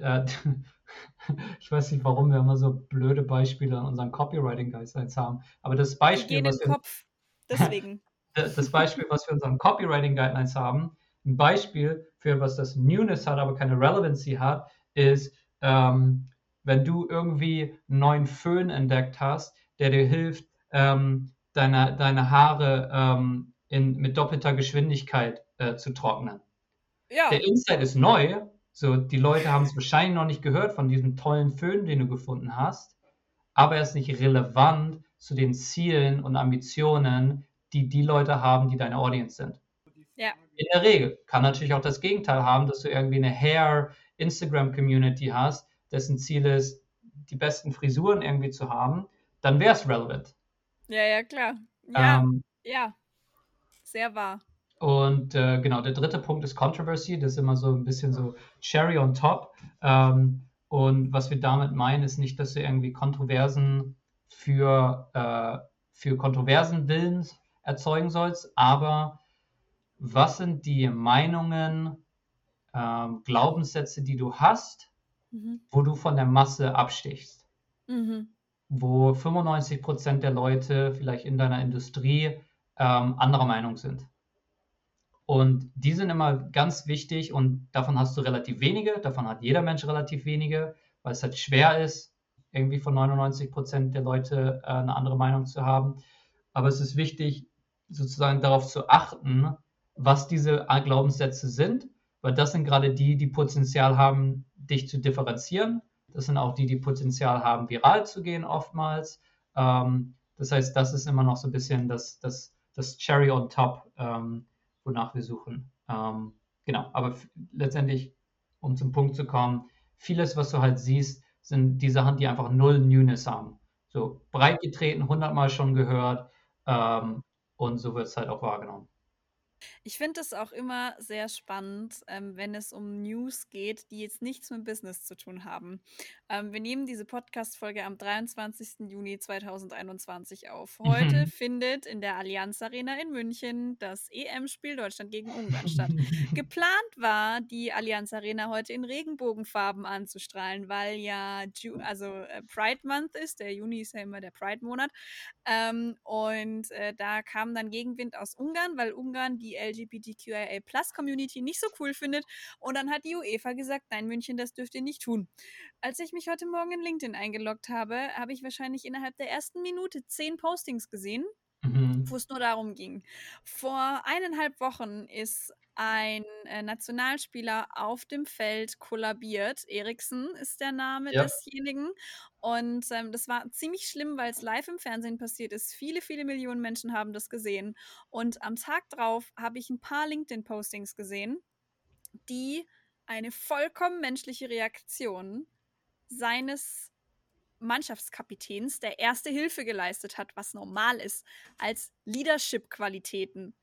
Speaker 2: ich weiß nicht, warum wir immer so blöde Beispiele an unseren Copywriting-Guidelines haben, aber
Speaker 1: Die gehen in den Kopf. Deswegen.
Speaker 2: das Beispiel, was wir in unseren Copywriting-Guidelines haben, ein Beispiel für was das Newness hat, aber keine Relevancy hat, ist, wenn du irgendwie einen neuen Föhn entdeckt hast, der dir hilft, deine Haare mit doppelter Geschwindigkeit zu trocknen.
Speaker 1: Ja.
Speaker 2: Der Insight ist neu, so die Leute haben es wahrscheinlich noch nicht gehört von diesem tollen Föhn, den du gefunden hast, aber er ist nicht relevant zu den Zielen und Ambitionen, die die Leute haben, die deine Audience sind.
Speaker 1: Ja.
Speaker 2: In der Regel kann natürlich auch das Gegenteil haben, dass du irgendwie eine Hair-Instagram-Community hast, dessen Ziel ist, die besten Frisuren irgendwie zu haben, dann wäre es relevant.
Speaker 1: Ja, ja, klar. Ja,
Speaker 2: Ähm,
Speaker 1: ja, sehr wahr.
Speaker 2: und genau, der dritte Punkt ist Controversy. Das ist immer so ein bisschen so Cherry on top. Und was wir damit meinen, ist nicht, dass du irgendwie Kontroversen für Kontroversen willens erzeugen sollst, aber was sind die Meinungen, Glaubenssätze, die du hast,
Speaker 1: Mhm.
Speaker 2: wo du von der Masse abstichst?
Speaker 1: Mhm.
Speaker 2: Wo 95% der Leute vielleicht in deiner Industrie anderer Meinung sind. Und die sind immer ganz wichtig und davon hast du relativ wenige, davon hat jeder Mensch relativ wenige, weil es halt schwer ist, irgendwie von 99% der Leute eine andere Meinung zu haben. Aber es ist wichtig, sozusagen darauf zu achten, was diese Glaubenssätze sind, weil das sind gerade die, die Potenzial haben, dich zu differenzieren. Das sind auch die, die Potenzial haben, viral zu gehen oftmals. Das heißt, das ist immer noch so ein bisschen das Cherry on top, wonach wir suchen. Genau, aber letztendlich, um zum Punkt zu kommen, vieles, was du halt siehst, sind die Sachen, die einfach null Newness haben. So breit getreten, 100-mal schon gehört, und so wird es halt auch wahrgenommen.
Speaker 1: Ich finde es auch immer sehr spannend, wenn es um News geht, die jetzt nichts mit Business zu tun haben. Wir nehmen diese Podcast-Folge am 23. Juni 2021 auf. Heute findet in der Allianz Arena in München das EM-Spiel Deutschland gegen Ungarn statt. Geplant war, die Allianz Arena heute in Regenbogenfarben anzustrahlen, weil ja Pride Month ist. Der Juni ist ja immer der Pride-Monat. Da kam dann Gegenwind aus Ungarn, weil Ungarn die LGBTQIA-Plus-Community nicht so cool findet. Und dann hat die UEFA gesagt, nein, München, das dürft ihr nicht tun. Als ich mich heute Morgen in LinkedIn eingeloggt habe, habe ich wahrscheinlich innerhalb der ersten Minute 10 Postings gesehen, wo es nur darum ging. Vor 1,5 Wochen ist ein Nationalspieler auf dem Feld kollabiert. Eriksen ist der Name
Speaker 2: Ja.
Speaker 1: desjenigen. Und das war ziemlich schlimm, weil es live im Fernsehen passiert ist. Viele, viele Millionen Menschen haben das gesehen. Und am Tag drauf habe ich ein paar LinkedIn-Postings gesehen, die eine vollkommen menschliche Reaktion seines Mannschaftskapitäns, der erste Hilfe geleistet hat, was normal ist, als Leadership-Qualitäten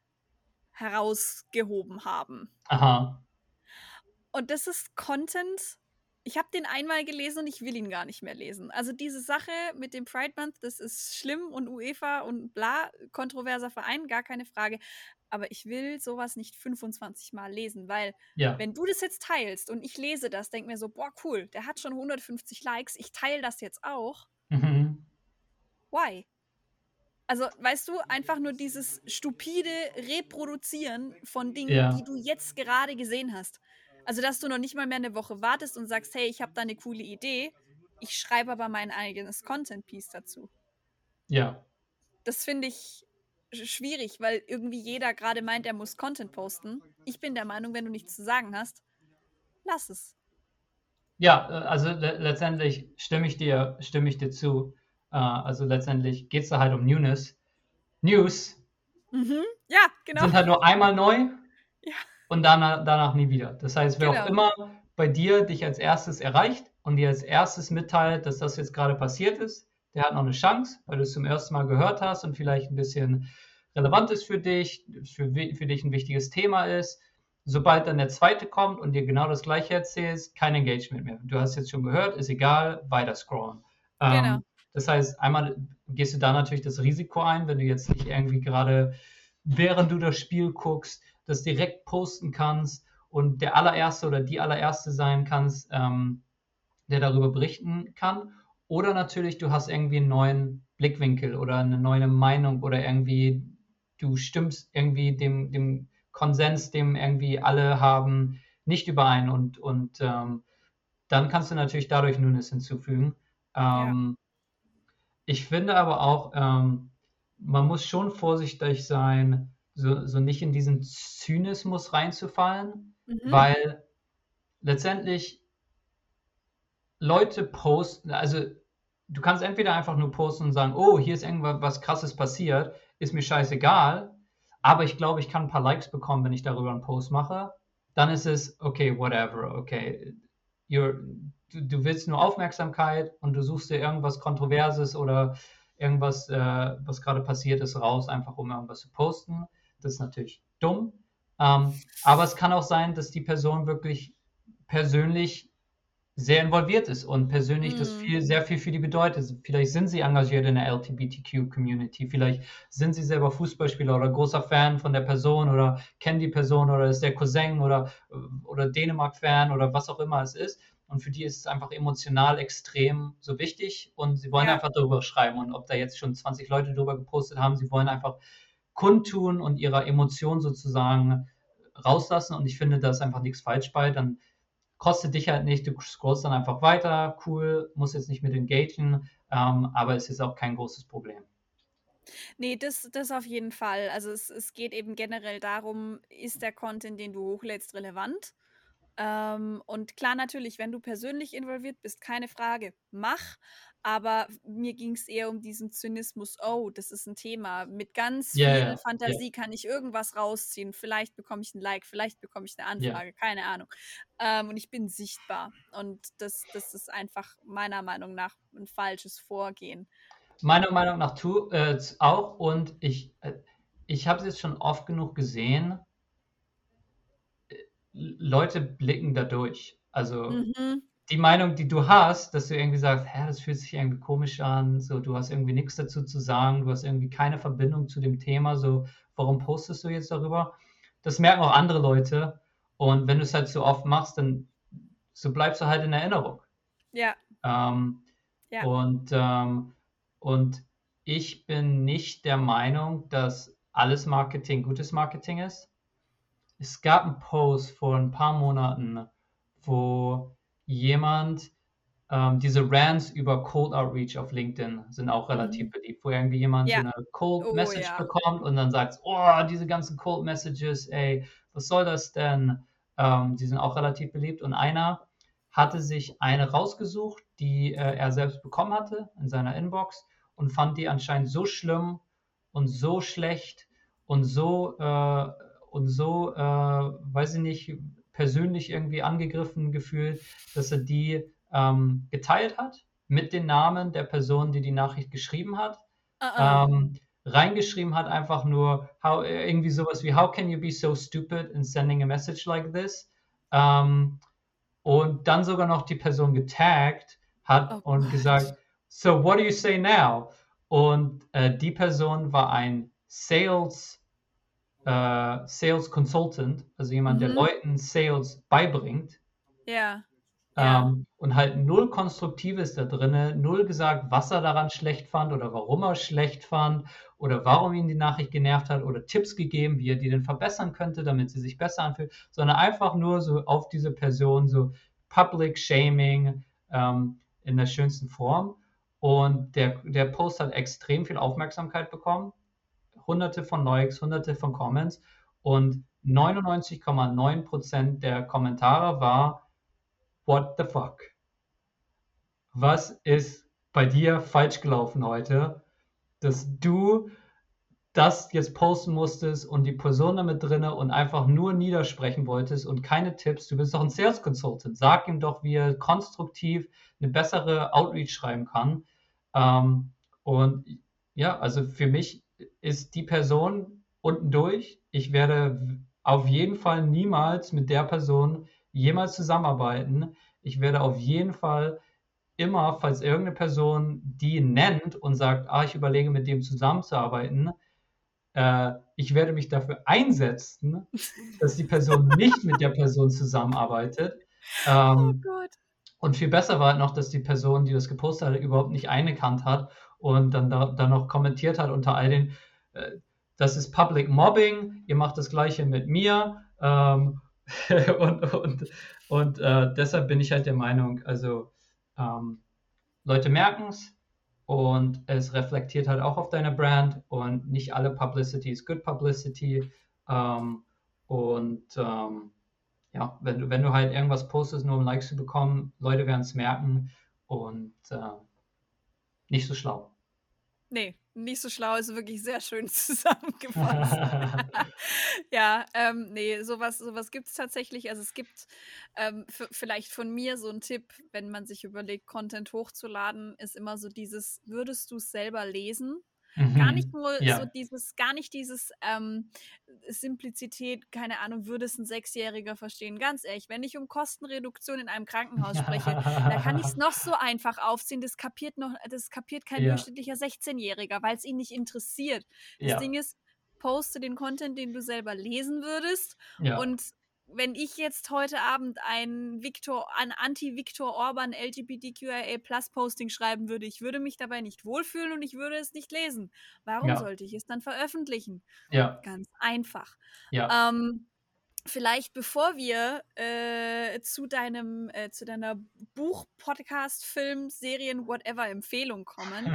Speaker 1: herausgehoben haben.
Speaker 2: Aha.
Speaker 1: Und das ist Content. Ich habe den einmal gelesen und ich will ihn gar nicht mehr lesen. Also diese Sache mit dem Pride Month, das ist schlimm und UEFA und bla, kontroverser Verein, gar keine Frage. Aber ich will sowas nicht 25 Mal lesen, weil
Speaker 2: Ja.
Speaker 1: wenn du das jetzt teilst und ich lese das, denk mir so, boah, cool, der hat schon 150 Likes, ich teile das jetzt auch.
Speaker 2: Mhm.
Speaker 1: Why? Also, weißt du, einfach nur dieses stupide Reproduzieren von Dingen,
Speaker 2: Ja.
Speaker 1: die du jetzt gerade gesehen hast. Also, dass du noch nicht mal mehr eine Woche wartest und sagst, hey, ich habe da eine coole Idee, ich schreibe aber mein eigenes Content-Piece dazu.
Speaker 2: Ja.
Speaker 1: Das finde ich schwierig, weil irgendwie jeder gerade meint, er muss Content posten. Ich bin der Meinung, wenn du nichts zu sagen hast, lass es.
Speaker 2: Ja, also letztendlich stimme ich dir zu. Also letztendlich geht es da halt um Newness. News
Speaker 1: Mhm. Ja, genau.
Speaker 2: sind halt nur einmal neu
Speaker 1: Ja,
Speaker 2: und danach nie wieder. Das heißt, wer auch
Speaker 1: genau.
Speaker 2: immer bei dir dich als erstes erreicht und dir als erstes mitteilt, dass das jetzt gerade passiert ist, der hat noch eine Chance, weil du es zum ersten Mal gehört hast und vielleicht ein bisschen relevant ist für dich, für dich ein wichtiges Thema ist. Sobald dann der zweite kommt und dir genau das gleiche erzählst, kein Engagement mehr. Du hast jetzt schon gehört, ist egal, weiter scrollen.
Speaker 1: Genau.
Speaker 2: Das heißt, einmal gehst du da natürlich das Risiko ein, wenn du jetzt nicht irgendwie gerade, während du das Spiel guckst, das direkt posten kannst und der allererste oder die allererste sein kannst, der darüber berichten kann. Oder natürlich, du hast irgendwie einen neuen Blickwinkel oder eine neue Meinung oder irgendwie, du stimmst irgendwie dem Konsens, dem irgendwie alle haben, nicht überein und dann kannst du natürlich dadurch Newness hinzufügen.
Speaker 1: Ja.
Speaker 2: Ich finde aber auch, man muss schon vorsichtig sein, so nicht in diesen Zynismus reinzufallen,
Speaker 1: Mhm.
Speaker 2: weil letztendlich Leute posten, also du kannst entweder einfach nur posten und sagen, oh, hier ist irgendwas was Krasses passiert, ist mir scheißegal, aber ich glaube, ich kann ein paar Likes bekommen, wenn ich darüber einen Post mache. Dann ist es, okay, whatever, okay. You're, du willst nur Aufmerksamkeit und du suchst dir irgendwas Kontroverses oder irgendwas, was gerade passiert ist, raus, einfach um irgendwas zu posten. Das ist natürlich dumm. Aber es kann auch sein, dass die Person wirklich persönlich sehr involviert ist und persönlich das
Speaker 1: Mhm.
Speaker 2: sehr viel für die bedeutet. Vielleicht sind sie engagiert in der LGBTQ-Community, vielleicht sind sie selber Fußballspieler oder großer Fan von der Person oder kennen die Person oder ist der Cousin oder Dänemark-Fan oder was auch immer es ist. Und für die ist es einfach emotional extrem so wichtig und sie wollen
Speaker 1: Ja.
Speaker 2: einfach darüber schreiben. Und ob da jetzt schon 20 Leute darüber gepostet haben, sie wollen einfach kundtun und ihre Emotionen sozusagen rauslassen. Und ich finde, da ist einfach nichts falsch bei. Dann kostet dich halt nicht, du scrollst dann einfach weiter, cool, musst jetzt nicht mit engagen, aber es ist auch kein großes Problem.
Speaker 1: Nee, das auf jeden Fall. Also es geht eben generell darum, ist der Content, den du hochlädst, relevant? Und klar, natürlich, wenn du persönlich involviert bist, keine Frage, mach. Aber mir ging es eher um diesen Zynismus, oh, das ist ein Thema. Mit ganz
Speaker 2: Ja,
Speaker 1: viel
Speaker 2: ja, ja,
Speaker 1: Fantasie kann ich irgendwas rausziehen. Vielleicht bekomme ich ein Like, vielleicht bekomme ich eine
Speaker 2: ja.
Speaker 1: Anfrage, keine Ahnung. Und ich bin sichtbar. Und das ist einfach meiner Meinung nach ein falsches Vorgehen.
Speaker 2: Meiner Meinung nach auch und ich habe es jetzt schon oft genug gesehen, Leute blicken da durch. Also
Speaker 1: Mhm.
Speaker 2: die Meinung, die du hast, dass du irgendwie sagst, hä, das fühlt sich irgendwie komisch an, so du hast irgendwie nichts dazu zu sagen, du hast irgendwie keine Verbindung zu dem Thema, so warum postest du jetzt darüber? Das merken auch andere Leute und wenn du es halt so oft machst, dann so bleibst du halt in Erinnerung.
Speaker 1: Ja,
Speaker 2: Ähm,
Speaker 1: ja.
Speaker 2: und, ähm, und ich bin nicht der Meinung, dass alles Marketing gutes Marketing ist. Es gab einen Post vor ein paar Monaten, wo jemand diese Rants über Cold Outreach auf LinkedIn sind auch relativ
Speaker 1: Mhm.
Speaker 2: beliebt, wo irgendwie jemand so
Speaker 1: Ja.
Speaker 2: eine Cold
Speaker 1: Oh
Speaker 2: Message
Speaker 1: ja.
Speaker 2: bekommt und dann sagt, oh, diese ganzen Cold Messages, ey, was soll das denn? Die sind auch relativ beliebt und einer hatte sich eine rausgesucht, die er selbst bekommen hatte in seiner Inbox und fand die anscheinend so schlimm und so schlecht und weiß ich nicht, persönlich irgendwie angegriffen gefühlt, dass er die geteilt hat mit den Namen der Person, die die Nachricht geschrieben hat.
Speaker 1: Uh-uh.
Speaker 2: Reingeschrieben hat einfach nur irgendwie sowas wie How can you be so stupid in sending a message like this? Und dann sogar noch die Person getaggt hat
Speaker 1: Oh
Speaker 2: und
Speaker 1: Gott.
Speaker 2: gesagt, so what do you say now? Und die Person war ein Sales Consultant, also jemand, der
Speaker 1: Mhm.
Speaker 2: Leuten Sales beibringt.
Speaker 1: Ja. Ja.
Speaker 2: Und halt null Konstruktives da drinne, null gesagt, was er daran schlecht fand oder warum er es schlecht fand oder warum ihn die Nachricht genervt hat oder Tipps gegeben, wie er die denn verbessern könnte, damit sie sich besser anfühlt, sondern einfach nur so auf diese Person so Public Shaming in der schönsten Form. Und der Post hat extrem viel Aufmerksamkeit bekommen, hunderte von Likes, hunderte von Comments und 99,9% der Kommentare war What the fuck? Was ist bei dir falsch gelaufen heute, dass du das jetzt posten musstest und die Person damit drinne und einfach nur niedersprechen wolltest und keine Tipps. Du bist doch ein Sales Consultant. Sag ihm doch, wie er konstruktiv eine bessere Outreach schreiben kann. Und ja, also für mich ist die Person unten durch. Ich werde auf jeden Fall niemals mit der Person jemals zusammenarbeiten. Ich werde auf jeden Fall immer, falls irgendeine Person die nennt und sagt, ich überlege mit dem zusammenzuarbeiten, ich werde mich dafür einsetzen, dass die Person nicht mit der Person zusammenarbeitet.
Speaker 1: Oh
Speaker 2: Ähm,
Speaker 1: Gott.
Speaker 2: und viel besser war halt noch, dass die Person, die das gepostet hat, überhaupt nicht eingekannt hat und dann noch kommentiert hat unter all den, äh, das ist Public Mobbing, ihr macht das gleiche mit mir. Und deshalb bin ich halt der Meinung, also Leute merken es, und es reflektiert halt auch auf deine Brand und nicht alle Publicity ist good Publicity. Ähm, und ja, wenn du halt irgendwas postest, nur um Likes zu bekommen, Leute werden es merken und nicht so schlau.
Speaker 1: Nee, nicht so schlau, ist wirklich sehr schön zusammengefasst. Ja, ne, sowas gibt's tatsächlich. Also, es gibt, vielleicht von mir so ein Tipp, wenn man sich überlegt, Content hochzuladen, ist immer so dieses: Würdest du es selber lesen?
Speaker 2: Mhm. Ja,
Speaker 1: Gar nicht dieses, Simplizität, keine Ahnung, würde es ein Sechsjähriger verstehen? Ganz ehrlich, wenn ich um Kostenreduktion in einem Krankenhaus spreche, da kann ich es noch so einfach aufziehen, das kapiert kein
Speaker 2: ja,
Speaker 1: durchschnittlicher 16-Jähriger, weil es ihn nicht interessiert. Das
Speaker 2: ja,
Speaker 1: Ding ist, poste den Content, den du selber lesen würdest.
Speaker 2: ja,
Speaker 1: Und wenn ich jetzt heute Abend ein Anti-Viktor Orban LGBTQIA+ Posting schreiben würde, ich würde mich dabei nicht wohlfühlen und ich würde es nicht lesen. Warum
Speaker 2: ja,
Speaker 1: sollte ich es dann veröffentlichen?
Speaker 2: ja,
Speaker 1: Ganz einfach.
Speaker 2: ja.
Speaker 1: Ähm, Vielleicht bevor wir zu deiner Buch, Podcast, Film, Serien, whatever Empfehlung kommen,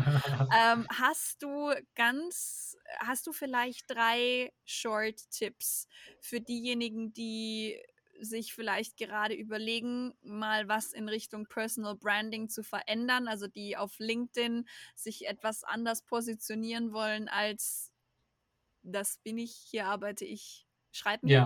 Speaker 1: hast du vielleicht 3 Short-Tipps für diejenigen, die sich vielleicht gerade überlegen, mal was in Richtung Personal Branding zu verändern, also die auf LinkedIn sich etwas anders positionieren wollen als das bin ich, hier arbeite ich, schreib mir?
Speaker 2: Ja.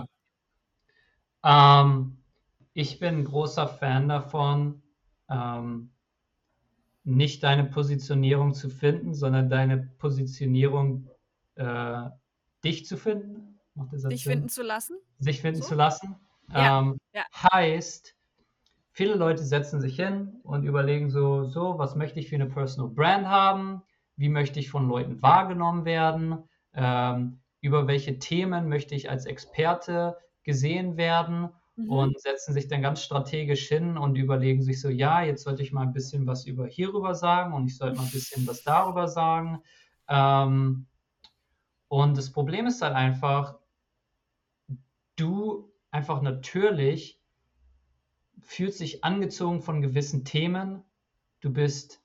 Speaker 2: Ähm, Ich bin großer Fan davon, ähm, nicht deine Positionierung zu finden, sondern deine Positionierung dich zu finden. Macht der Satz
Speaker 1: Dich finden
Speaker 2: Sinn?
Speaker 1: zu lassen?
Speaker 2: Sich finden
Speaker 1: So?
Speaker 2: zu lassen.
Speaker 1: Ja, ja.
Speaker 2: Heißt, viele Leute setzen sich hin und überlegen so, was möchte ich für eine Personal Brand haben? Wie möchte ich von Leuten wahrgenommen werden? Über welche Themen möchte ich als Experte gesehen werden?
Speaker 1: Mhm.
Speaker 2: Und setzen sich dann ganz strategisch hin und überlegen sich so, ja, jetzt sollte ich mal ein bisschen was über hierüber sagen und ich sollte mal ein bisschen was darüber sagen. Ähm, und das Problem ist halt einfach, du einfach natürlich fühlst dich angezogen von gewissen Themen. Du bist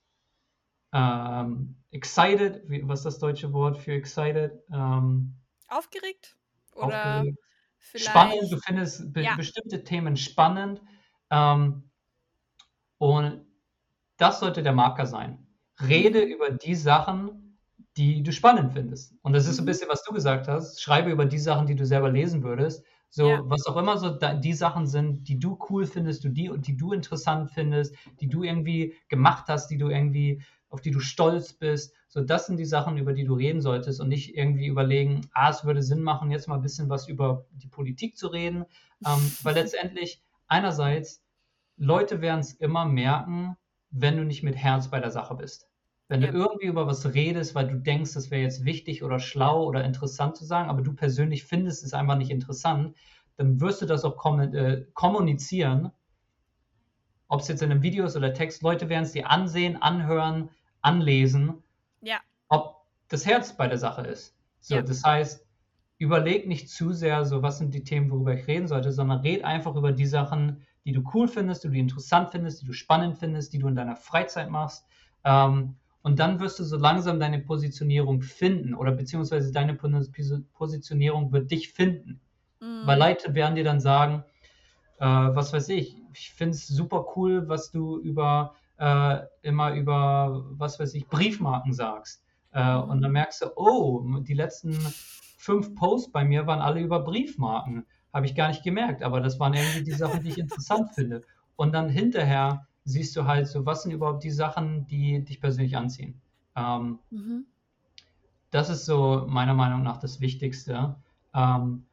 Speaker 2: excited, was ist das deutsche Wort für excited?
Speaker 1: Aufgeregt? Oder
Speaker 2: Aufgeregt. Spannend, du
Speaker 1: vielleicht,
Speaker 2: findest
Speaker 1: ja.
Speaker 2: bestimmte Themen spannend. Ähm, und das sollte der Marker sein. Rede
Speaker 1: Mhm.
Speaker 2: über die Sachen, die du spannend findest. Und das ist so ein
Speaker 1: Mhm.
Speaker 2: bisschen, was du gesagt hast. Schreibe über die Sachen, die du selber lesen würdest.
Speaker 1: Ja.
Speaker 2: So, was auch immer so die Sachen sind, die du cool findest, die du interessant findest, die du irgendwie gemacht hast, auf die du stolz bist. So, das sind die Sachen, über die du reden solltest und nicht irgendwie überlegen, es würde Sinn machen, jetzt mal ein bisschen was über die Politik zu reden. Weil letztendlich einerseits Leute werden es immer merken, wenn du nicht mit Herz bei der Sache bist. Wenn du
Speaker 1: Ja.
Speaker 2: irgendwie über was redest, weil du denkst, das wäre jetzt wichtig oder schlau oder interessant zu sagen, aber du persönlich findest es einfach nicht interessant, dann wirst du das auch kommunizieren, ob es jetzt in einem Video ist oder Text. Leute werden es dir ansehen, anhören, anlesen,
Speaker 1: Ja.
Speaker 2: ob das Herz bei der Sache ist. So,
Speaker 1: Ja.
Speaker 2: das heißt, überleg nicht zu sehr, so was sind die Themen, worüber ich reden sollte, sondern red einfach über die Sachen, die du cool findest, die du interessant findest, die du spannend findest, die du in deiner Freizeit machst. Und dann wirst du so langsam deine Positionierung finden oder beziehungsweise deine Positionierung wird dich finden. Weil
Speaker 1: Mhm.
Speaker 2: Leute werden dir dann sagen, was weiß ich finde es super cool, was du immer über, was weiß ich, Briefmarken sagst. Und
Speaker 1: Mhm.
Speaker 2: dann merkst du, oh, die letzten 5 Posts bei mir waren alle über Briefmarken. Habe ich gar nicht gemerkt, aber das waren irgendwie die Sachen, die ich interessant finde. Und dann hinterher siehst du halt so, was sind überhaupt die Sachen, die dich persönlich anziehen. Ähm,
Speaker 1: Mhm.
Speaker 2: Das ist so meiner Meinung nach das Wichtigste. Ähm,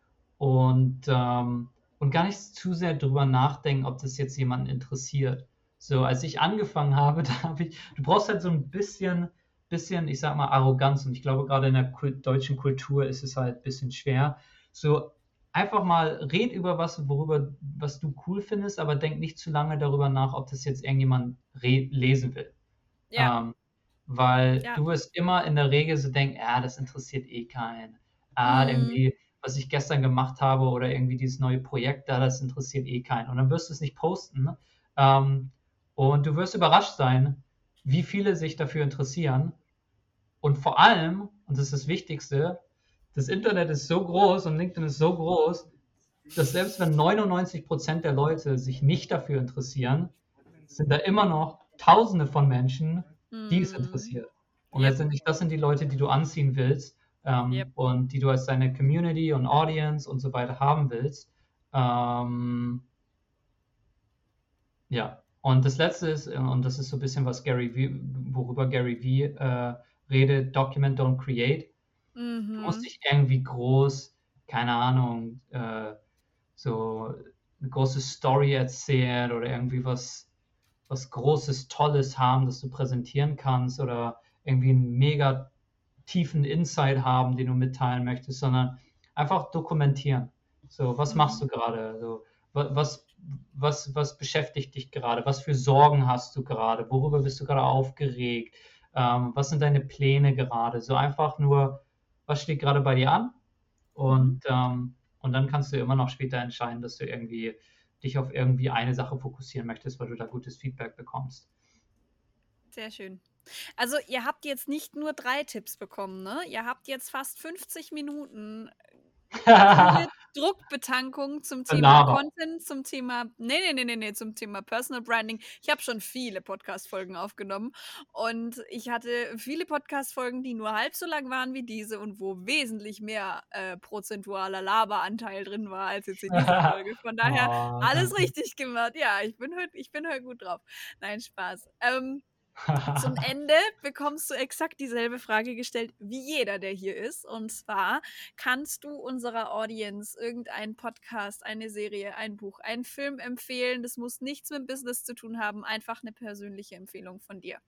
Speaker 2: und gar nicht zu sehr drüber nachdenken, ob das jetzt jemanden interessiert. So, als ich angefangen habe, du brauchst halt so ein bisschen, ich sag mal, Arroganz. Und ich glaube, gerade in der deutschen Kultur ist es halt ein bisschen schwer. So, einfach mal red über was du cool findest, aber denk nicht zu lange darüber nach, ob das jetzt irgendjemand lesen will.
Speaker 1: Ja.
Speaker 2: Ähm, Weil
Speaker 1: Ja.
Speaker 2: du wirst immer in der Regel so denken, ja, das interessiert eh keinen.
Speaker 1: Mhm.
Speaker 2: Irgendwie, was ich gestern gemacht habe oder irgendwie dieses neue Projekt da, das interessiert eh keinen. Und dann wirst du es nicht posten. Ne? Und du wirst überrascht sein, wie viele sich dafür interessieren. Und vor allem, und das ist das Wichtigste, das Internet ist so groß und LinkedIn ist so groß, dass selbst wenn 99% der Leute sich nicht dafür interessieren, sind da immer noch Tausende von Menschen, die es interessiert. Und
Speaker 1: Yep.
Speaker 2: letztendlich, das sind die Leute, die du anziehen willst
Speaker 1: Yep.
Speaker 2: und die du als deine Community und Audience und so weiter haben willst. Ja, und das Letzte ist, und das ist so ein bisschen, worüber Gary Vee redet, Document, don't create. Du musst dich irgendwie groß, keine Ahnung, so eine große Story erzählen oder irgendwie was Großes, Tolles haben, das du präsentieren kannst oder irgendwie einen mega tiefen Insight haben, den du mitteilen möchtest, sondern einfach dokumentieren. So, was machst du gerade? So, was beschäftigt dich gerade? Was für Sorgen hast du gerade? Worüber bist du gerade aufgeregt? Was sind deine Pläne gerade? So einfach nur, was steht gerade bei dir an? Und dann kannst du immer noch später entscheiden, dass du irgendwie dich auf irgendwie eine Sache fokussieren möchtest, weil du da gutes Feedback bekommst.
Speaker 1: Sehr schön. Also ihr habt jetzt nicht nur 3 Tipps bekommen, ne? Ihr habt jetzt fast 50 Minuten pure Druckbetankung zum Thema
Speaker 2: Lava.
Speaker 1: Content, zum Thema zum Thema Personal Branding. Ich habe schon viele Podcast-Folgen aufgenommen und ich hatte viele Podcast-Folgen, die nur halb so lang waren wie diese und wo wesentlich mehr prozentualer Laberanteil drin war als jetzt in dieser Folge. Von daher
Speaker 2: Oh,
Speaker 1: alles
Speaker 2: danke.
Speaker 1: richtig gemacht. Ja, ich bin heute gut drauf. Nein, Spaß. Zum Ende bekommst du exakt dieselbe Frage gestellt wie jeder, der hier ist. Und zwar, kannst du unserer Audience irgendeinen Podcast, eine Serie, ein Buch, einen Film empfehlen? Das muss nichts mit Business zu tun haben, einfach eine persönliche Empfehlung von dir.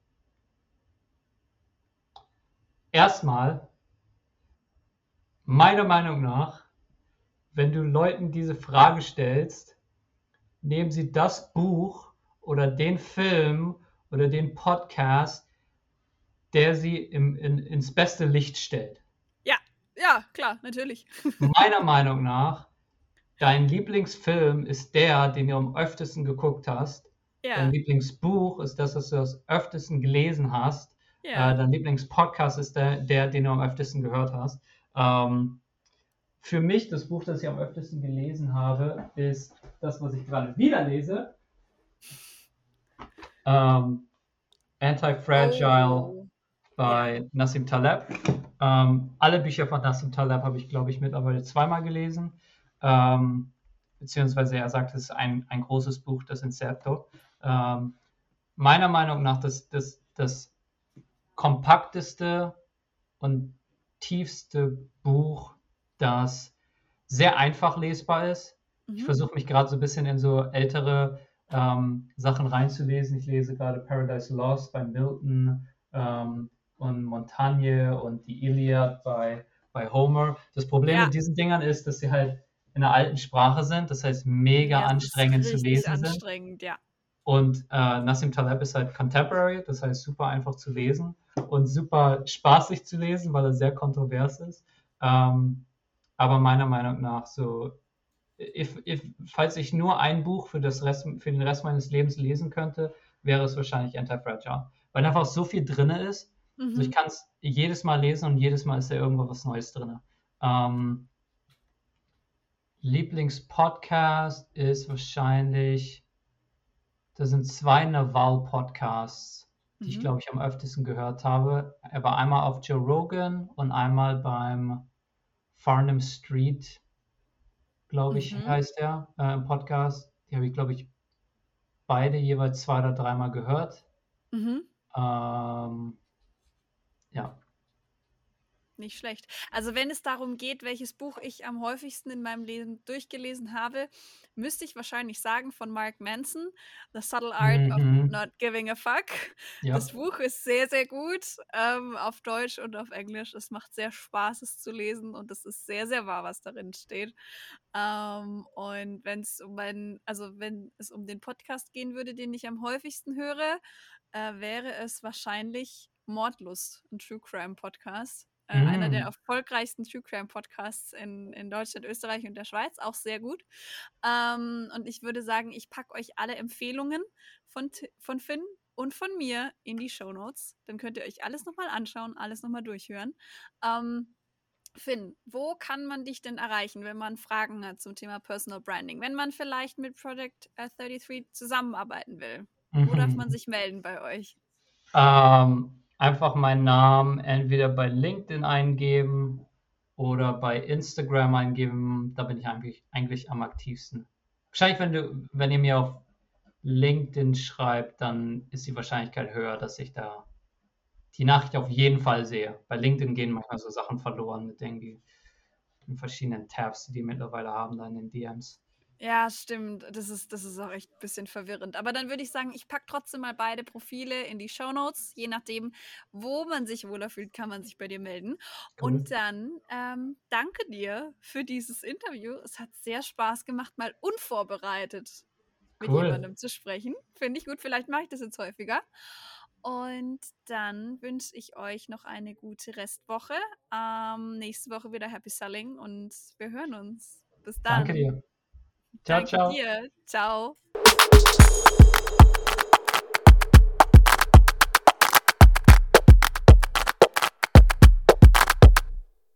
Speaker 2: Erstmal, meiner Meinung nach, wenn du Leuten diese Frage stellst, nehmen sie das Buch oder den Film oder den Podcast, der sie ins beste Licht stellt.
Speaker 1: Ja, klar, natürlich.
Speaker 2: Meiner Meinung nach, dein Lieblingsfilm ist der, den du am öftesten geguckt hast. Dein
Speaker 1: Ja,
Speaker 2: Lieblingsbuch ist das, was du am öftesten gelesen hast.
Speaker 1: ja.
Speaker 2: Dein Lieblingspodcast ist der, den du am öftesten gehört hast. Für mich, das Buch, das ich am öftesten gelesen habe, ist das, was ich gerade wieder lese. Anti-Fragile bei Nassim Taleb. Alle Bücher von Nassim Taleb habe ich, glaube ich, mittlerweile zweimal gelesen. Beziehungsweise er sagt, es ist ein großes Buch, das Incerto. Meiner Meinung nach das kompakteste und tiefste Buch, das sehr einfach lesbar ist. Ich versuche mich gerade so ein bisschen in so ältere Sachen reinzulesen. Ich lese gerade Paradise Lost bei Milton und Montagne und die Iliad bei Homer. Das Problem mit diesen Dingern ist, dass sie halt in einer alten Sprache sind, das heißt mega anstrengend zu lesen
Speaker 1: anstrengend,
Speaker 2: sind.
Speaker 1: Ja.
Speaker 2: Und Nassim Taleb ist halt Contemporary, das heißt super einfach zu lesen und super spaßig zu lesen, weil er sehr kontrovers ist. Aber meiner Meinung nach so, falls ich nur ein Buch für den Rest meines Lebens lesen könnte, wäre es wahrscheinlich Anti-Fragile. Weil einfach so viel drin ist. Also ich kann es jedes Mal lesen und jedes Mal ist da irgendwo was Neues drin. Lieblingspodcast ist wahrscheinlich, da sind 2 Naval-Podcasts, die ich, glaube ich, am öftesten gehört habe. Er war einmal auf Joe Rogan und einmal beim Farnham Street, glaube ich, heißt der, im Podcast. Die habe ich, glaube ich, beide jeweils 2 oder 3 Mal gehört. Ja.
Speaker 1: Nicht schlecht. Also wenn es darum geht, welches Buch ich am häufigsten in meinem Leben durchgelesen habe, müsste ich wahrscheinlich sagen von Mark Manson, The Subtle Art of Not Giving a Fuck.
Speaker 2: Ja.
Speaker 1: Das Buch ist sehr, sehr gut auf Deutsch und auf Englisch. Es macht sehr Spaß, es zu lesen und es ist sehr, sehr wahr, was darin steht. Und wenn es um den Podcast gehen würde, den ich am häufigsten höre, wäre es wahrscheinlich Mordlust, ein True Crime Podcast. Einer der erfolgreichsten True Crime Podcasts in Deutschland, Österreich und der Schweiz, auch sehr gut. Und ich würde sagen, ich packe euch alle Empfehlungen von Finn und von mir in die Shownotes. Dann könnt ihr euch alles nochmal anschauen, alles nochmal durchhören. Finn, wo kann man dich denn erreichen, wenn man Fragen hat zum Thema Personal Branding? Wenn man vielleicht mit Project 33 zusammenarbeiten will, wo darf man sich melden bei euch?
Speaker 2: Einfach meinen Namen entweder bei LinkedIn eingeben oder bei Instagram eingeben. Da bin ich eigentlich am aktivsten. Wahrscheinlich, wenn ihr mir auf LinkedIn schreibt, dann ist die Wahrscheinlichkeit höher, dass ich da die Nachricht auf jeden Fall sehe. Bei LinkedIn gehen manchmal so Sachen verloren mit irgendwie den verschiedenen Tabs, die mittlerweile haben, dann in den DMs.
Speaker 1: Ja, stimmt. Das ist auch echt ein bisschen verwirrend. Aber dann würde ich sagen, ich packe trotzdem mal beide Profile in die Shownotes. Je nachdem, wo man sich wohler fühlt, kann man sich bei dir melden.
Speaker 2: Cool.
Speaker 1: Und dann danke dir für dieses Interview. Es hat sehr Spaß gemacht, mal unvorbereitet mit jemandem zu sprechen. Finde ich gut. Vielleicht mache ich das jetzt häufiger. Und dann wünsche ich euch noch eine gute Restwoche. Nächste Woche wieder Happy Selling und wir hören uns. Bis dann.
Speaker 2: Danke dir. Ciao,
Speaker 1: Danke
Speaker 2: ciao.
Speaker 1: dir. Ciao.